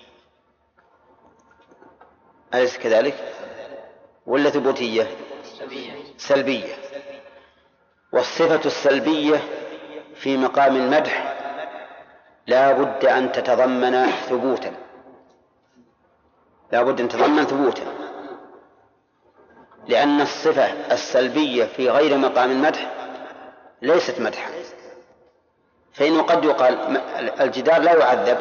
Speaker 1: أليس كذلك؟ ولا ثبوتية؟ سلبية. والصفة السلبية في مقام المدح لا بد أن تتضمن ثبوتا، لا بد أن تتضمن ثبوتا، لأن الصفة السلبية في غير مقام المدح ليست مدحا. فإنه قد يقال الجدار لا يعذب،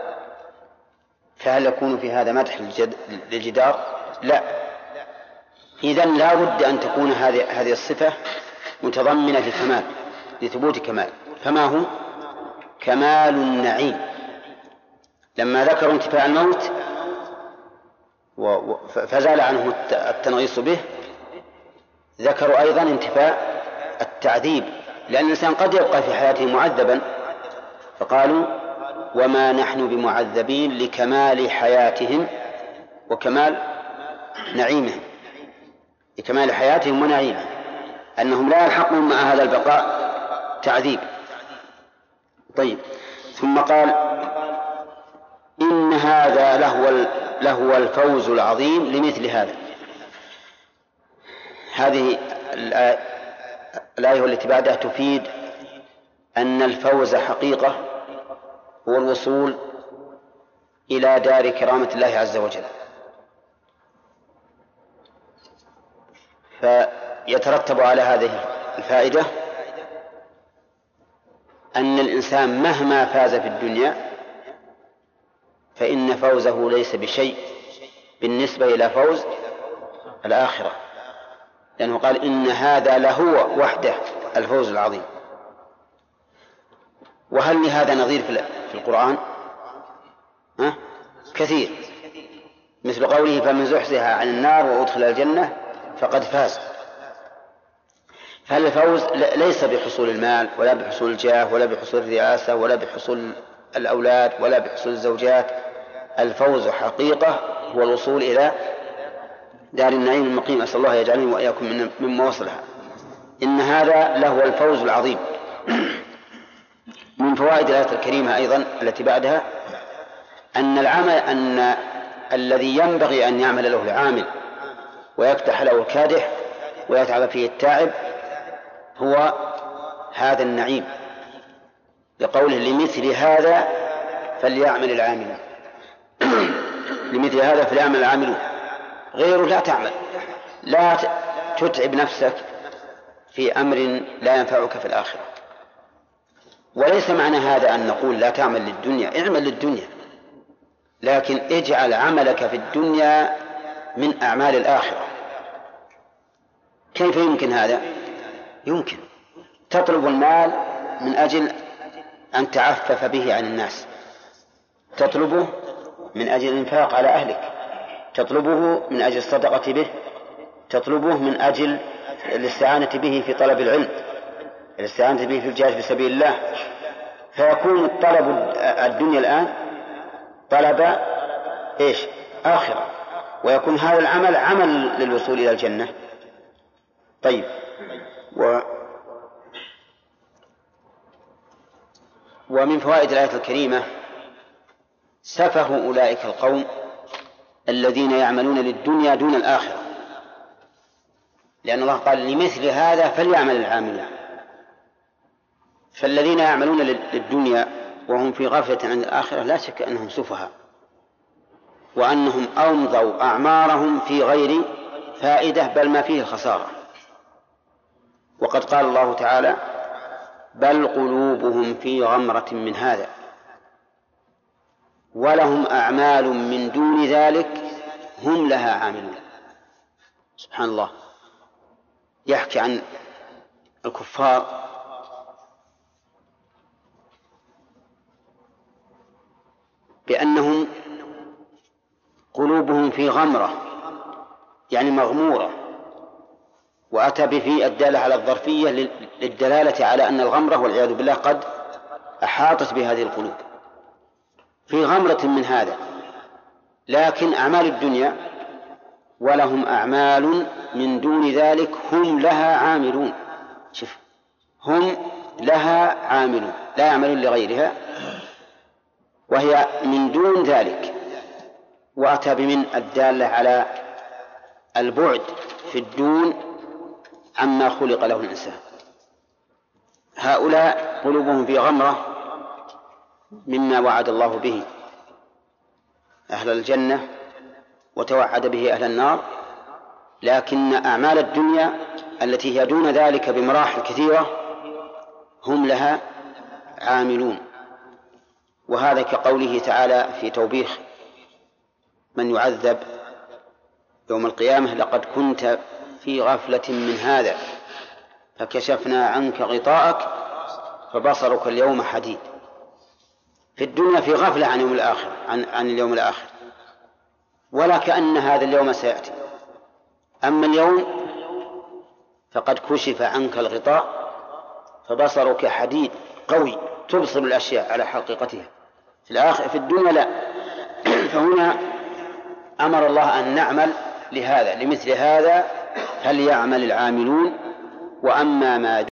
Speaker 1: فهل يكون في هذا مدح للجدار؟ لا. إذن لا بد أن تكون هذه الصفة متضمنة لكمال، لثبوت كمال. فما هو؟ كمال النعيم. لما ذكروا انتفاء الموت فزال عنه التنغيص به، ذكروا أيضا انتفاء التعذيب، لأن الإنسان قد يبقى في حياته معذبا، فقالوا وما نحن بمعذبين لكمال حياتهم وكمال نعيمهم، لكمال حياتهم ونعيمهم، أنهم لا يلحقون مع هذا البقاء تعذيب. طيب، ثم قال إن هذا لهو الفوز العظيم لمثل هذا. هذه الآية التي بعدها تفيد أن الفوز حقيقة هو الوصول إلى دار كرامة الله عز وجل. فيترتب على هذه الفائدة أن الإنسان مهما فاز في الدنيا فإن فوزه ليس بشيء بالنسبة إلى فوز الآخرة، لأنه قال إن هذا لهو وحده الفوز العظيم. وهل لهذا نظير في القرآن؟ كثير، مثل قوله فمن زحزح عن النار وأدخل الجنة فقد فاز. فهل الفوز ليس بحصول المال ولا بحصول الجاه ولا بحصول الرئاسة ولا بحصول الأولاد ولا بحصول الزوجات. الفوز حقيقة هو الوصول إلى دار النعيم المقيم. أسأل الله يجعلني وإياكم مما وصلها. إن هذا لهو الفوز العظيم. من فوائد الآية الكريمة أيضا التي بعدها أن الذي ينبغي أن يعمل له العامل ويفتح له الكادح ويتعب فيه التاعب هو هذا النعيم، لقوله لمثل هذا فليعمل العاملون. لمثل هذا فليعمل العاملون، غيره لا تعمل، لا تتعب نفسك في أمر لا ينفعك في الآخرة. وليس معنى هذا أن نقول لا تعمل للدنيا، اعمل للدنيا، لكن اجعل عملك في الدنيا من أعمال الآخرة. كيف يمكن هذا؟ يمكن تطلب المال من أجل أن تعفف به عن الناس، تطلبه من أجل الإنفاق على أهلك، تطلبه من أجل الصدقة به، تطلبه من أجل الاستعانة به في طلب العلم، الاستعانة به في الجهاد في سبيل الله. فيكون طلب الدنيا الآن طلب آخرة، ويكون هذا العمل عمل للوصول إلى الجنة. طيب، ومن فوائد الآية الكريمة سفه أولئك القوم الذين يعملون للدنيا دون الآخرة، لأن الله قال لمثل هذا فليعمل العاملون. فالذين يعملون للدنيا وهم في غفلة عن الآخرة لا شك أنهم سفهاء، وأنهم أمضوا أعمارهم في غير فائدة بل ما فيه الخسارة. وقد قال الله تعالى بل قلوبهم في غمرة من هذا ولهم أعمال من دون ذلك هم لها عاملون. سبحان الله، يحكي عن الكفار بأنهم قلوبهم في غمرة، يعني مغمورة، وأتى بفي الدالة على الظرفية للدلالة على أن الغمرة والعياذ بالله قد أحاطت بهذه القلوب، في غمرة من هذا. لكن أعمال الدنيا ولهم أعمال من دون ذلك هم لها عاملون. شوف، هم لها عاملون، لا يعملون لغيرها وهي من دون ذلك، وأتى بمن الدالة على البعد في الدون عما خلق له الإنسان. هؤلاء قلوبهم في غمرة مما وعد الله به أهل الجنة وتوعد به أهل النار، لكن أعمال الدنيا التي هي دون ذلك بمراحل كثيرة هم لها عاملون. وهذا كقوله تعالى في توبيخ من يعذب يوم القيامة: لقد كنت في غفلة من هذا فكشفنا عنك غطاءك فبصرك اليوم حديد. في الدنيا في غفلة عن يوم الآخر، عن اليوم الآخر، ولا كأن هذا اليوم سيأتي. أما اليوم فقد كشف عنك الغطاء فبصرك حديد قوي، تبصر الأشياء على حقيقتها. في الدنيا لا. فهنا أمر الله أن نعمل لمثل هذا فليعمل العاملون. وأما ما